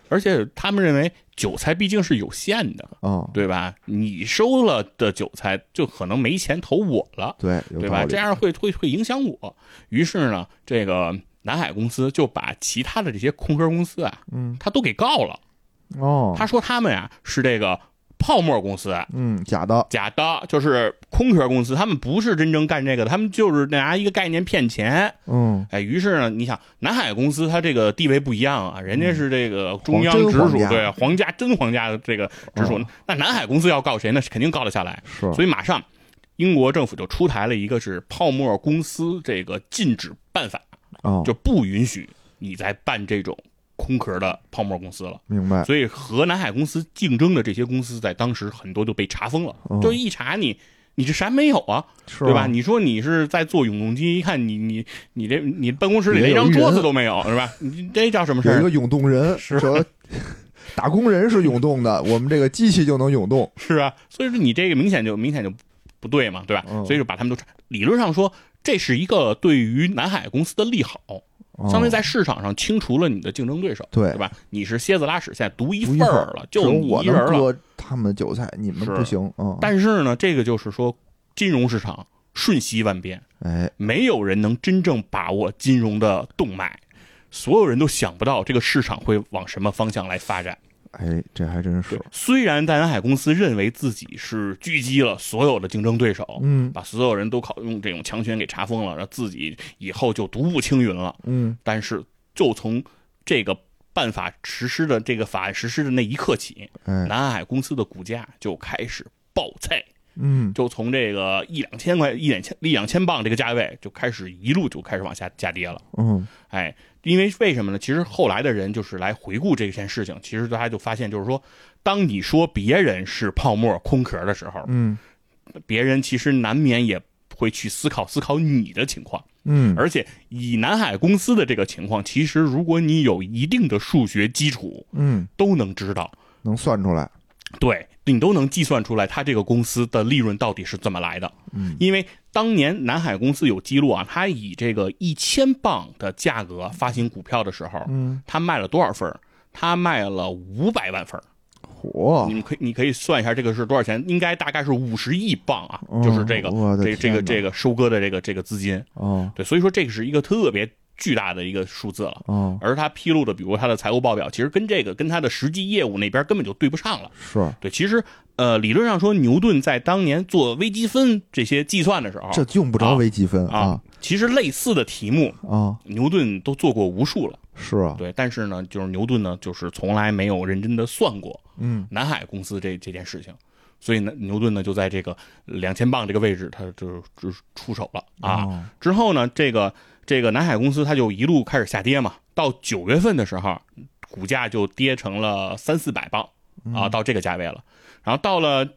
而且他们认为韭菜毕竟是有限的，对吧？你收了的韭菜就可能没钱投我了， 对吧？这样会影响我。于是呢，这个南海公司就把其他的这些空壳公司啊，他都给告了。他说他们啊是这个泡沫公司， 假的， 就是空壳公司，他们不是真正干这个的，他们就是拿一个概念骗钱。于是呢，你想南海公司它这个地位不一样啊，人家是这个中央直属，对真皇家的这个直属，那南海公司要告谁呢？肯定告得下来。所以马上英国政府就出台了一个是泡沫公司这个禁止办法，就不允许你再办这种空壳的泡沫公司了。 明白。 所以和南海公司竞争的这些公司在当时很多就被查封了，就一查你这啥没有啊，对吧？你说你是在做永动机，一看你办公室里连一张桌子都没有，是吧？你这叫什么事儿？ 有一个永动人，是打工人是永动的，我们这个机器就能永动， 是啊。所以说你这个明显就不对嘛，对吧？所以就把他们都理论上说这是一个对于南海公司的利好。相当于在市场上清除了你的竞争对手，对吧？你是蝎子拉屎，现在独一份了，就你一人了。 割他们的韭菜，你们不行。 但是呢，这个就是说，金融市场瞬息万变，没有人能真正把握金融的动脉，所有人都想不到这个市场会往什么方向来发展。 这还真是。 虽然南海公司认为自己是狙击了所有的竞争对手，把所有人都用这种强权给查封了，让自己以后就独步青云了，但是就从这个办法实施的法案实施的那一刻起，南海公司的股价就开始暴菜。就从这个一两千镑这个价位就开始一路就开始往下跌了。因为什么呢？其实后来的人就是来回顾这件事情，其实大家就发现，就是说，当你说别人是泡沫空壳的时候，别人其实难免也会去思考你的情况。而且以南海公司的这个情况，其实如果你有一定的数学基础，都能知道， 能算出来。 对，你都能计算出来它这个公司的利润到底是怎么来的。因为当年南海公司有记录啊，它以这个1000镑的价格发行股票的时候，它卖了多少份？它卖了500万份。你可以算一下这个是多少钱？应该大概是50亿镑啊，就是这个收割的这个资金。对，所以说这个是一个特别巨大的一个数字了。而他披露的比如他的财务报表其实跟他的实际业务那边根本就对不上了。对，其实理论上说牛顿在当年做微积分这些计算的时候， 这用不着微积分其实类似的题目牛顿都做过无数了。对，但是呢就是牛顿呢就是从来没有认真的算过南海公司这件事情。所以呢牛顿呢就在这个2000镑这个位置他就出手了之后呢这个南海公司它就一路开始下跌嘛，到9月份的时候股价就跌成了300-400镑到这个价位了。然后到了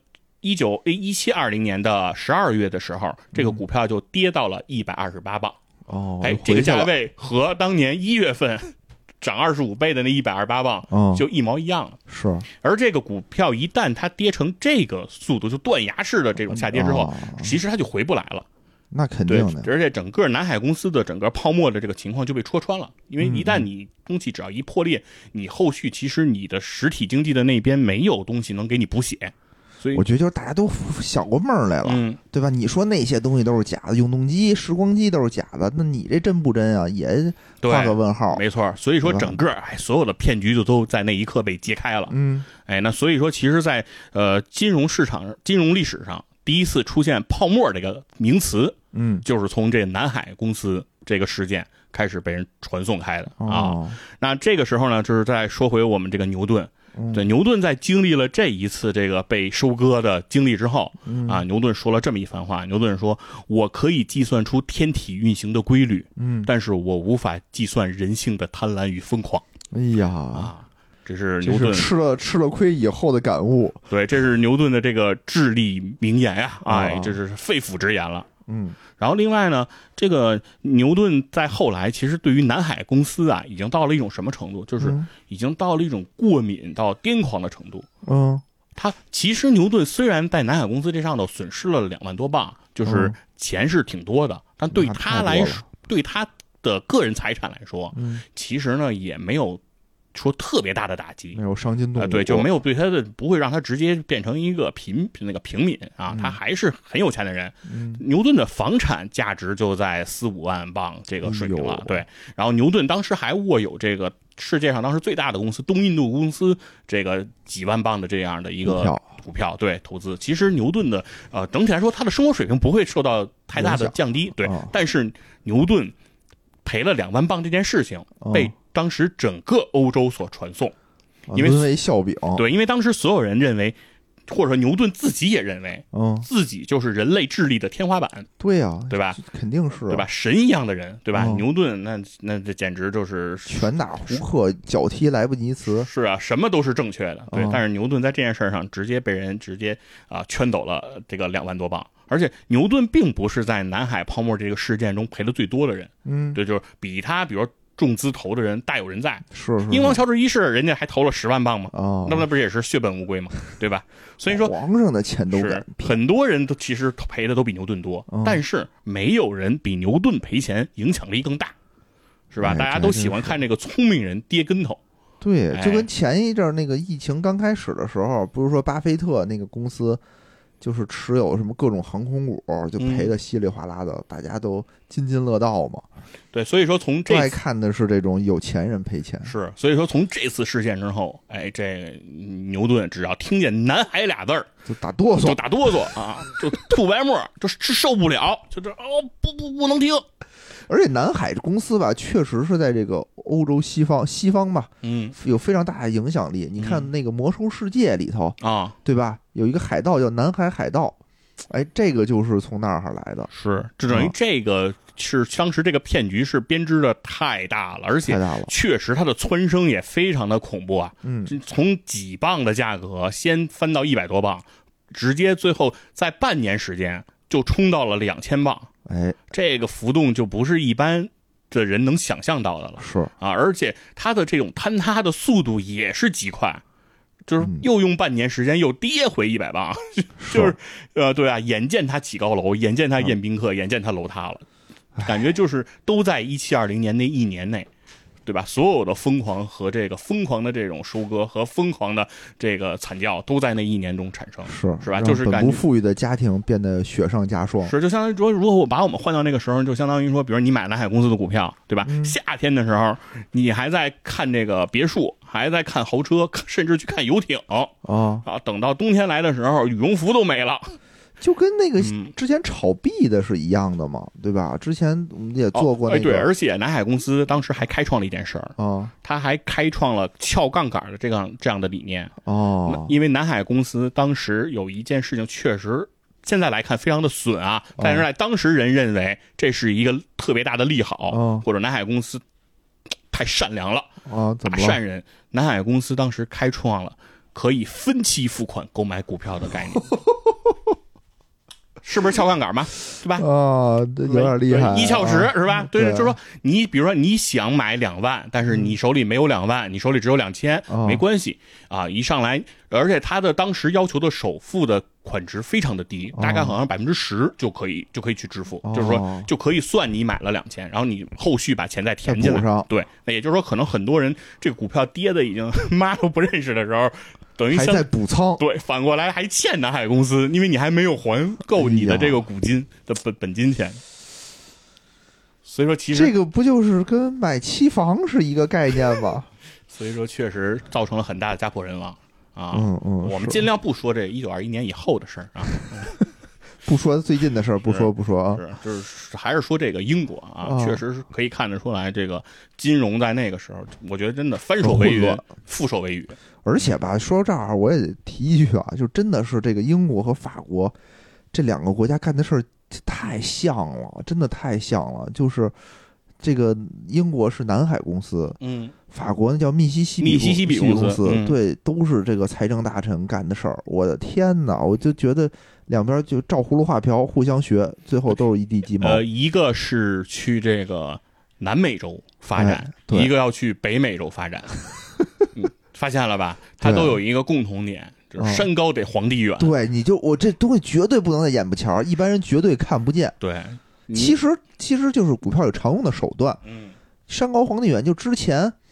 1720年的12月的时候，这个股票就跌到了128镑。这个价位和当年1月份涨25倍的那128镑就一毛一样了。而这个股票一旦它跌成这个速度，就断崖式的这种下跌之后，其实它就回不来了。 那肯定的。 而且整个南海公司的整个泡沫的这个情况就被戳穿了，因为一旦你东西只要一破裂，你后续其实你的实体经济的那边没有东西能给你补血。所以我觉得就是大家都想过梦来了，对吧？你说那些东西都是假的，永动机、时光机都是假的，那你这真不真啊？也画个问号。 没错，所以说整个所有的骗局就都在那一刻被揭开了。那所以说其实在金融市场、金融历史上第一次出现泡沫这个名词，就是从这南海公司这个事件开始被人传颂开的那这个时候呢，就是再说回我们这个牛顿。对，牛顿在经历了这一次这个被收割的经历之后牛顿说了这么一番话。牛顿说：“我可以计算出天体运行的规律，但是我无法计算人性的贪婪与疯狂。”这是牛顿吃了亏以后的感悟。 对，这是牛顿的这个至理名言呀！这是肺腑之言了。然后另外呢，这个牛顿在后来其实对于南海公司已经到了一种什么程度，就是已经到了一种过敏到癫狂的程度。他其实牛顿虽然在南海公司这上头损失了2万多镑，就是钱是挺多的，但对他来说，对他的个人财产来说，其实呢也没有说特别大的打击， 没有伤筋动骨， 对，就没有对他的不会让他直接变成一个平民啊，他还是很有钱的人。牛顿的房产价值就在4-5万镑这个水平了，对。然后牛顿当时还握有这个世界上当时最大的公司东印度公司这个几万镑的这样的一个股票，对，投资。其实牛顿的整体来说他的生活水平不会受到太大的降低，对。但是牛顿赔了2万镑这件事情被当时整个欧洲所传颂，因为笑柄， 对，因为当时所有人认为，或者说牛顿自己也认为，自己就是人类智力的天花板。 对呀， 对吧？ 肯定是， 对吧？神一样的人，对吧？牛顿那这简直就是拳打胡克，脚踢莱布尼茨， 是啊，什么都是正确的，对。但是牛顿在这件事上直接被人圈走了这个2万多镑。而且牛顿并不是在南海泡沫这个事件中赔的最多的人，对，就是比他比如重资投的人大有人在。 是英王乔治一世人家还投了10万镑吗？那不是也是血本无归吗？对吧？所以说皇上的钱都是很多人都其实赔的都比牛顿多，但是没有人比牛顿赔钱影响力更大，是吧？大家都喜欢看这个聪明人跌跟头。 对，就跟前一阵那个疫情刚开始的时候，不是说巴菲特那个公司就是持有什么各种航空股，就赔得稀里哗啦的，大家都津津乐道嘛。 对，所以说从这爱看的是这种有钱人赔钱。 是，所以说从这次事件之后，这牛顿只要听见南海俩字儿就打哆嗦啊，就吐白沫，就是受不了，就是不能听。 而且南海公司吧，确实是在这个欧洲西方吧，有非常大的影响力。你看那个《魔兽世界》里头啊， 对吧？有一个海盗叫南海海盗，这个就是从那儿来的。 是，这等于这个是当时这个骗局是编织的太大了，而且确实它的蹿升也非常的恐怖啊。从几磅的价格先翻到100多磅，直接最后在半年时间就冲到了2000磅。这个浮动就不是一般的人能想象到的了。 是啊，而且它的这种坍塌的速度也是极快，就是又用半年时间又跌回100磅，就是对啊，眼见它起高楼，眼见它宴宾客，眼见它楼塌了，感觉就是都在1720年那一年内。对吧？所有的疯狂和这个疯狂的这种收割和疯狂的这个惨叫都在那一年中产生，是吧？就是本不富裕的家庭变得雪上加霜。 是，就相当于说，如果我把我们换到那个时候，就相当于说，比如你买南海公司的股票，对吧？夏天的时候，你还在看这个别墅，还在看豪车，甚至去看游艇等到冬天来的时候，羽绒服都没了。 就跟那个之前炒币的是一样的嘛，对吧？之前我们也做过那个， 对，而且南海公司当时还开创了一件事儿他还开创了撬杠杆的这样的理念因为南海公司当时有一件事情确实现在来看非常的损啊，但是在当时人认为这是一个特别大的利好或者南海公司太善良了大善人。南海公司当时开创了可以分期付款购买股票的概念。是不是撬杠杆嘛？对吧？ 有点厉害， 一撬10是吧？对，就是说你比如说你想买2万，但是你手里没有2万，你手里只有2000，没关系啊。一上来，而且他的当时要求的首付的款值非常的低，大概好像10%就可以去支付，就是说就可以算你买了2000，然后你后续把钱再填进来。对，那也就是说，可能很多人这个股票跌的已经妈都不认识的时候。等于还在补仓， 对，反过来还欠南海公司，因为你还没有还够你的这个股金的本金钱。所以说，其实这个不就是跟买期房是一个概念吗？ 所以说，确实造成了很大的家破人亡啊。我们尽量不说这1921年以后的事儿啊。 不说最近的事儿，不说啊， 就是还是说这个英国啊，确实是可以看得出来，这个金融在那个时候，我觉得真的翻手为云，覆手为雨。 而且吧，说到这儿我也得提一句啊，就真的是这个英国和法国这2个国家干的事儿太像了，真的太像了。就是这个英国是南海公司，法国那叫密西西比公司，对，都是这个财政大臣干的事儿。我的天哪，我就觉得两边就照葫芦画瓢，互相学，最后都是一地鸡毛。 一个是去这个南美洲发展，一个要去北美洲发展。发现了吧？它都有一个共同点，就是山高得皇帝远。 对，我这东西绝对不能在眼巴前，一般人绝对看不见。 对， 其实就是股票有常用的手段。山高皇帝远，就之前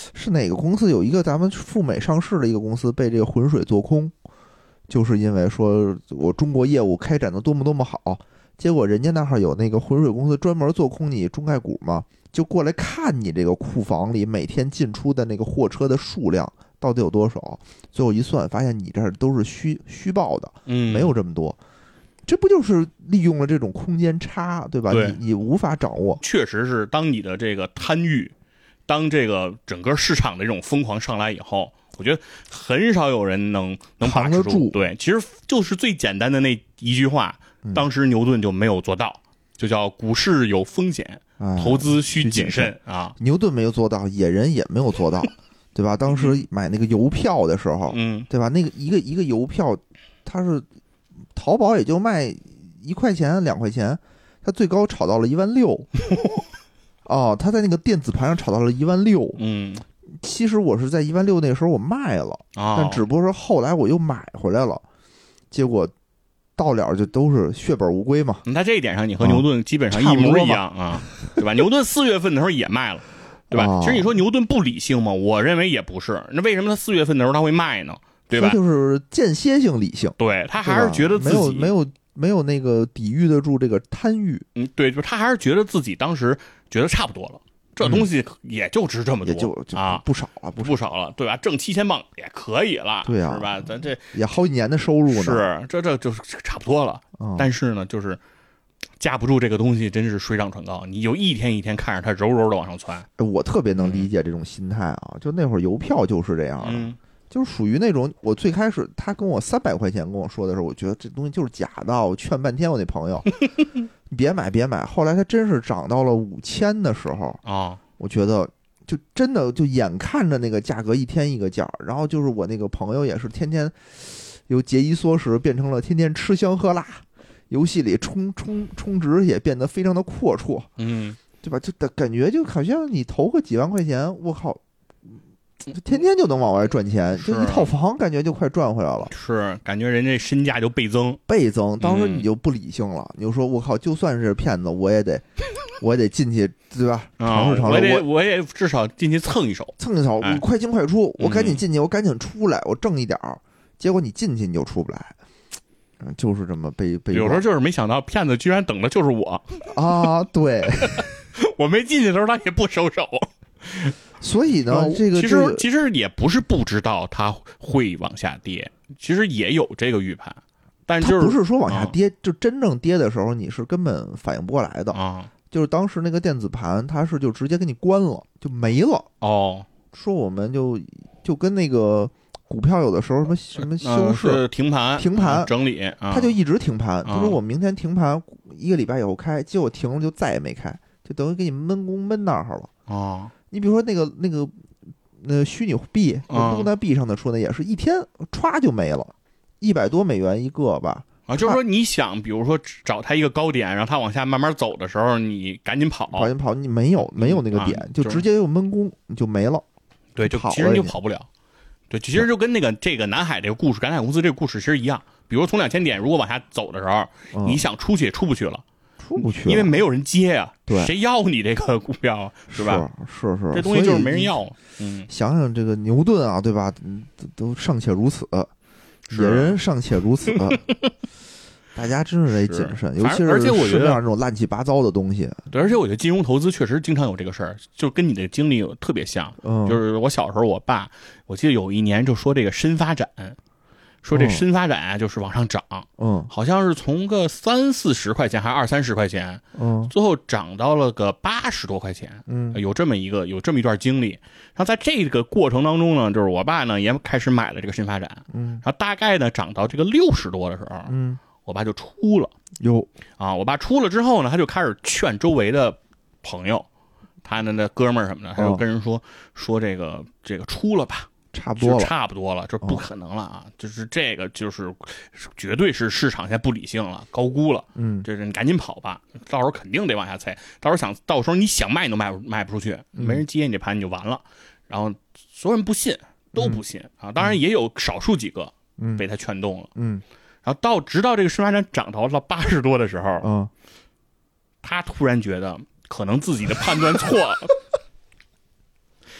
是哪个公司有一个咱们赴美上市的一个公司被这个浑水做空，就是因为说我中国业务开展的多么多么好，结果人家那儿有那个浑水公司专门做空你中概股嘛，就过来看你这个库房里每天进出的那个货车的数量到底有多少，最后一算发现你这儿都是虚报的，没有这么多。这不就是利用了这种空间差，对吧？ 对， 你无法掌握。 确实是，当你的这个贪欲，当这个整个市场的这种疯狂上来以后，我觉得很少有人能把持住。对，其实就是最简单的那一句话，当时牛顿就没有做到，就叫股市有风险，投资需谨慎啊。 牛顿没有做到，野人也没有做到，对吧？当时买那个邮票的时候，对吧？那个一个邮票，它是。淘宝也就卖1块钱2块钱，它最高炒到了16000。哦，它在那个电子盘上炒到了16000。其实我是在16000那个时候我卖了，但只不过是后来我又买回来了，结果到了就都是血本无归嘛。 在这一点上，你和牛顿基本上一模一样啊，对吧？牛顿4月份的时候也卖了，对吧？其实你说牛顿不理性吗？我认为也不是。那为什么他4月份的时候他会卖呢？对吧？ 就是间歇性理性， 对，他还是觉得自己没有那个抵御得住这个贪欲， 对，就是他还是觉得自己当时觉得差不多了，这东西也就值这么多， 也就啊，不少了， 对吧？挣7000镑也可以了， 对啊， 是吧？咱这也好几年的收入呢， 是这就是差不多了。但是呢，就是架不住这个东西，真是水涨船高，你就一天一天看着它柔柔的往上窜。 我特别能理解这种心态啊，就那会儿邮票就是这样的。就是属于那种，我最开始他跟我300块钱跟我说的时候，我觉得这东西就是假的，我劝半天我那朋友，你别买。后来他真是涨到了5000的时候啊， 我觉得就真的就眼看着那个价格一天一个价，然后就是我那个朋友也是天天由节衣缩食变成了天天吃香喝辣，游戏里充值也变得非常的阔绰，对吧？就感觉就好像你投个几万块钱，我靠。天天就能往外赚钱，就一套房感觉就快赚回来了， 是感觉人家身价就倍增。 当时你就不理性了，你就说我靠，就算是骗子，我也得进去，对吧？尝试， 我也至少进去蹭一手， 我快进快出，我赶紧进去，我赶紧出来，我挣一点儿。结果你进去你就出不来，就是这么被。 有时候就是没想到骗子居然等的就是我啊！对， 我没进去的时候他也不收手。 所以呢，这个其实也不是不知道它会往下跌，其实也有这个预判，但就是不是说往下跌，就真正跌的时候你是根本反应不过来的啊。 就是当时那个电子盘，它是就直接给你关了，就没了哦。 说我们就跟那个股票有的时候什么休市、 停盘整理， 它就一直停盘。就说我明天停盘1个礼拜以后开，结果停了就再也没开，就等于给你闷工闷那儿了哦。 你比如说那个虚拟币，弄在币上的出的也是一天歘就没了，$100多一个吧。 就是说你想，比如说找它一个高点，让它往下慢慢走的时候，你赶紧跑， 你没有那个点，就直接又闷工，你就没了。 对，就其实你就跑不了。对，其实就跟这个南海这个故事，南海公司这个故事其实一样。比如从2000点如果往下走的时候，你想出去也出不去了。 出不去， 因为没有人接呀， 对， 谁要你这个股票是吧？ 是， 这东西就是没人要。 想想这个牛顿啊，对吧？都尚且如此，野人尚且如此，大家真是得谨慎，尤其是市面上这种乱七八糟的东西。 对，而且我觉得金融投资确实经常有这个事儿，就跟你的经历有特别像。就是我小时候，我爸我记得有一年就说这个深发展。说这深发展啊，就是往上涨，好像是从个30-40块钱，还是20-30块钱，最后涨到了个80多块钱，有这么一段经历。然后在这个过程当中呢，就是我爸呢也开始买了这个深发展，然后大概呢涨到这个60多的时候，我爸就出了。我爸出了之后呢，他就开始劝周围的朋友，他的那哥们儿什么的，他就跟人说这个出了吧。差不多了，这不可能了啊！就是这个，就是绝对是市场现在不理性了，高估了。这是你赶紧跑吧，到时候肯定得往下踩。到时候你想卖都卖不出去，没人接你这盘你就完了。然后所有人不信，都不信啊！当然也有少数几个被他劝动了。然后直到这个深发展涨到了80多的时候，他突然觉得可能自己的判断错了。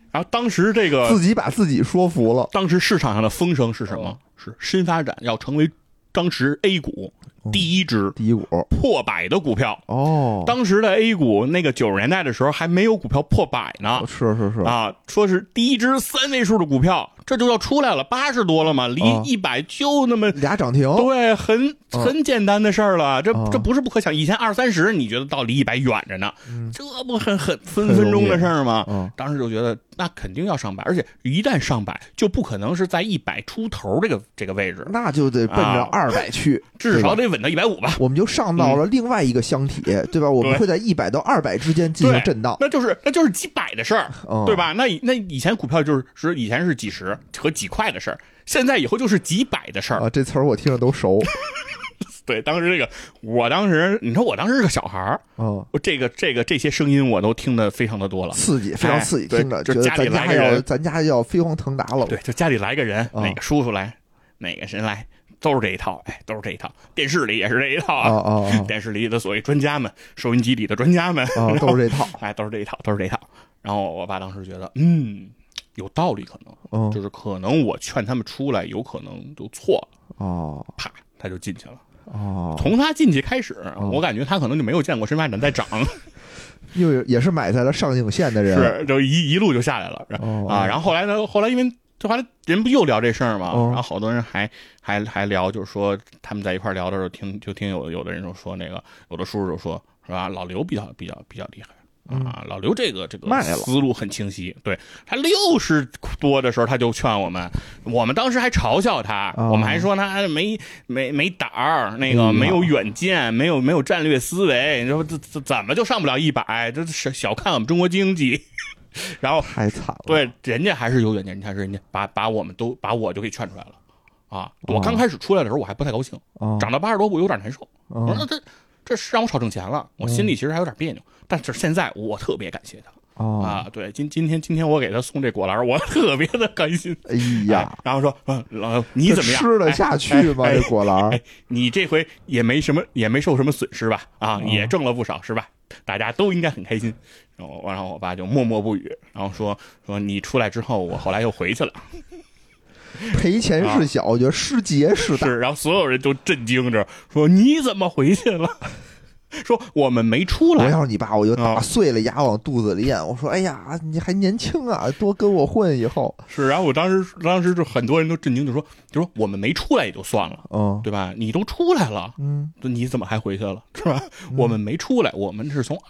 然后当时这个自己把自己说服了。 当时市场上的风声是什么？是新发展要成为当时 A 股第一股破100的股票哦。 当时的 A 股那个90年代的时候还没有股票破100呢， 是啊，说是第一支3位数的股票，这就要出来了，80多了嘛，离100就那么俩涨停， 对，很简单的事儿了，这不是不可想。以前20-30你觉得到离100远着呢，这不很分分钟的事儿吗？当时就觉得那肯定要上100，而且一旦上100，就不可能是在100出头这个位置， 那就得奔着200去， 至少得稳到150吧。 我们就上到了另外一个箱体，对吧？我们会在100到200之间进行震荡， 那就是几百的事儿，对吧？那以前股票就是以前是几十和几块的事儿，现在以后就是几百的事儿啊。这词儿我听着都熟。 对，当时你说我当时是个小孩儿，这些声音我都听得非常的多了， 刺激，非常刺激，听着就家里来个人， 咱家要飞黄腾达了。 对，就家里来个人，哪个叔叔来，哪个神来，都是这一套，都是这一套。电视里也是这一套啊，电视里的所谓专家们，收音机里的专家们， 都是这套， 都是这一套，都是这一套。然后我爸当时觉得，有道理，可能，就是可能我劝他们出来，有可能就错了，啪，他就进去了。从他进去开始，我感觉他可能就没有见过深发展在涨， 也是买在了上影线的人， 是就一路就下来了，然后后来呢？后来因为后来人不又聊这事儿嘛，然后好多人还聊，就是说他们在一块聊的时候，听有的人就说那个有的叔叔就说是吧，老刘比较厉害。老刘这个思路很清晰，对，他60多的时候他就劝我们当时还嘲笑他，我们还说他没胆儿，那个没有远见，没有战略思维，你说这怎么就上不了100？这是小看我们中国经济。然后太惨了， 对，人家还是有远见，人家把我就给劝出来了啊！我刚开始出来的时候我还不太高兴，涨到80多我有点难受，我说这是让我少挣钱了，我心里其实还有点别扭。但是现在我特别感谢他对，今天我给他送这果篮，我特别的开心。 哎呀， 然后说你怎么样？ 吃得下去吗？这果篮， 你这回也没受什么损失吧？也挣了不少是吧？大家都应该很开心。然后我爸就默默不语，然后说你出来之后，我后来又回去了。 赔钱是小，我觉得失节是大。 是，然后所有人都震惊着说你怎么回去了？说我们没出来。 我要是你爸，我就打碎了牙往肚子里咽。我说：“哎呀，你还年轻啊，多跟我混以后。” 是，然后我当时就很多人都震惊，就说我们没出来也就算了，对吧？你都出来了，你怎么还回去了，是吧？我们没出来，我们是从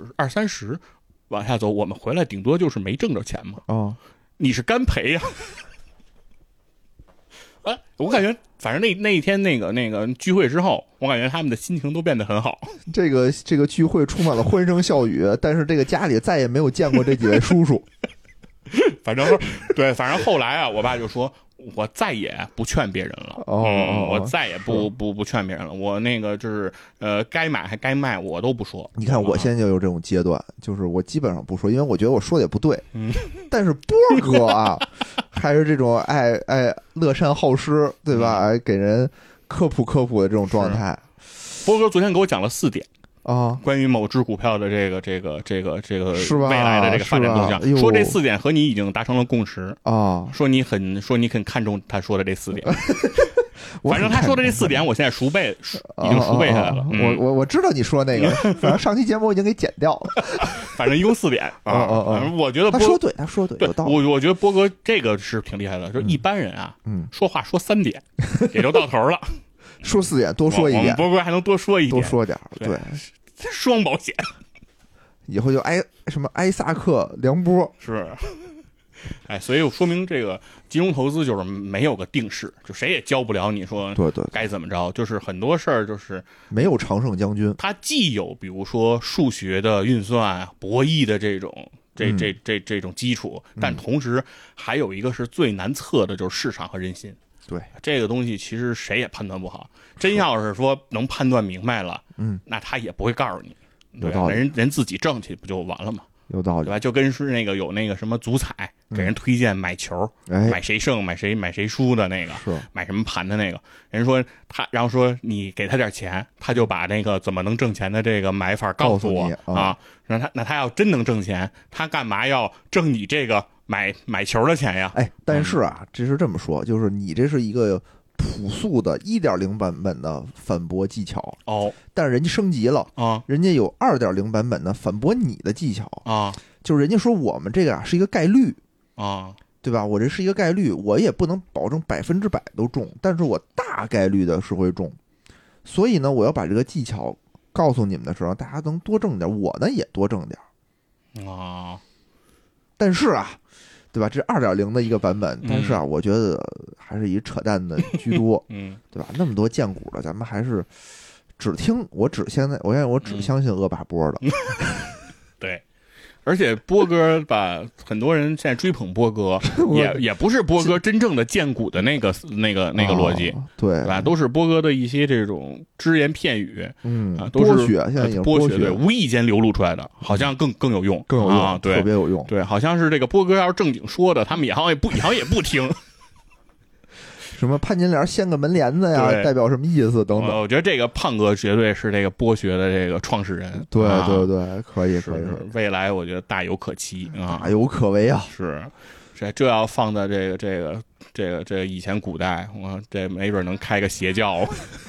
20-30往下走，我们回来顶多就是没挣着钱嘛。你是干赔呀。我感觉反正那一天那个聚会之后，我感觉他们的心情都变得很好。 这个聚会充满了欢声笑语，但是这个家里再也没有见过这几位叔叔。 反正后来啊，我爸就说我再也不劝别人了。我再也不劝别人了。我那个就是该买还该卖我都不说。 你看我现在就有这种阶段，就是我基本上不说，因为我觉得我说的也不对。但是波哥啊，还是这种爱乐善好施，对吧？给人科普的这种状态。 波哥昨天给我讲了4点。关于某只股票的这个未来的这个发展动向，说这4点和你已经达成了共识说你很看重他说的这4点。反正他说的这4点，我现在已经熟背下来了。 我知道你说那个，反正上期节目我已经给剪掉了。 反正一共4点我觉得他说对，有道理。 我觉得波哥这个是挺厉害的，就一般人啊，说话说3点也就到头了。 说4点多说一点， 波哥还能多说一点， 多说点，对， 双保险， 以后就埃萨克梁波是，所以说明这个金融投资就是没有个定式，就谁也教不了你说对该怎么着，就是很多事儿就是没有常胜将军， 它既有比如说数学的运算、博弈的这种基础，但同时还有一个是最难测的，就是市场和人心。 对， 这个东西其实谁也判断不好，真要是说能判断明白了，那他也不会告诉你，对吧？人自己挣去不就完了吗？ 有道理， 对吧？就跟是有那个什么足彩，给人推荐买球，买谁胜买谁输的那个，买什么盘的那个，人说然后说你给他点钱，他就把那个怎么能挣钱的这个买法告诉我啊。那他要真能挣钱，他干嘛要挣你这个买球的钱呀。 但是啊，这是这么说，就是你这是一个朴素的 1.0 版本的反驳技巧但是人家升级了人家有 2.0 版本的反驳你的技巧就是人家说我们这个是一个概率对吧？我这是一个概率，我也不能保证100%都中，但是我大概率的是会中。所以呢，我要把这个技巧告诉你们的时候，大家能多挣点，我呢也多挣点但是啊，对吧？这 2.0 的一个版本，但是啊，我觉得还是以扯淡的居多，对吧？那么多荐股的，咱们还是我只相信恶把波的， 对。而且波哥吧，很多人现在追捧波哥，也不是波哥真正的荐股的那个逻辑， 对吧？都是波哥的一些这种只言片语，都是剥削，现在剥削，对，无意间流露出来的，好像更有用，对， 特别有用， 对，好像是这个波哥要是正经说的，他们也好像也不听。 什么潘金莲掀个门帘子呀，代表什么意思等等？ 我觉得这个胖哥绝对是这个剥削的这个创始人。 对对对，可以， 未来我觉得大有可期啊， 大有可为啊。 是，这要放在这个以前古代，我这没准能开个邪教。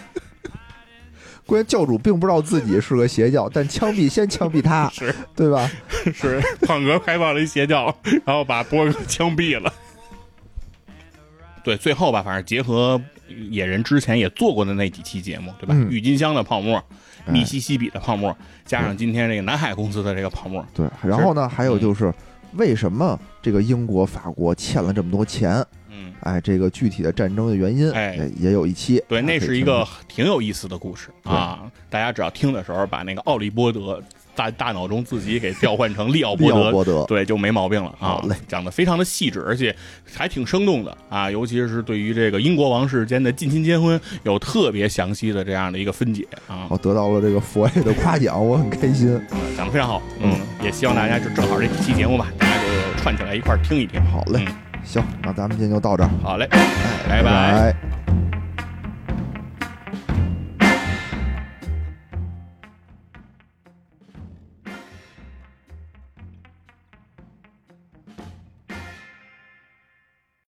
关键教主并不知道自己是个邪教，但先枪毙他， 是对吧？ 是胖哥开放了一邪教，然后把波哥枪毙了。对，最后吧，反正结合野人之前也做过的那几期节目，对吧？郁金香的泡沫，密西西比的泡沫，加上今天这个南海公司的这个泡沫。 对，然后呢，还有就是为什么这个英国、法国欠了这么多钱？这个具体的战争的原因，也有一期。 对，那是一个挺有意思的故事啊！大家只要听的时候，把那个奥利波德大脑中自己给调换成利奥波德，对，就没毛病了啊！讲的非常的细致，而且还挺生动的啊！尤其是对于这个英国王室间的近亲结婚，有特别详细的这样的一个分解啊！ 我得到了这个佛爷的夸奖，我很开心， 讲的非常好。也希望大家就正好这几期节目吧，大家就串起来一块听一听。 好嘞，行，那咱们今天就到这儿。 好嘞， 拜拜。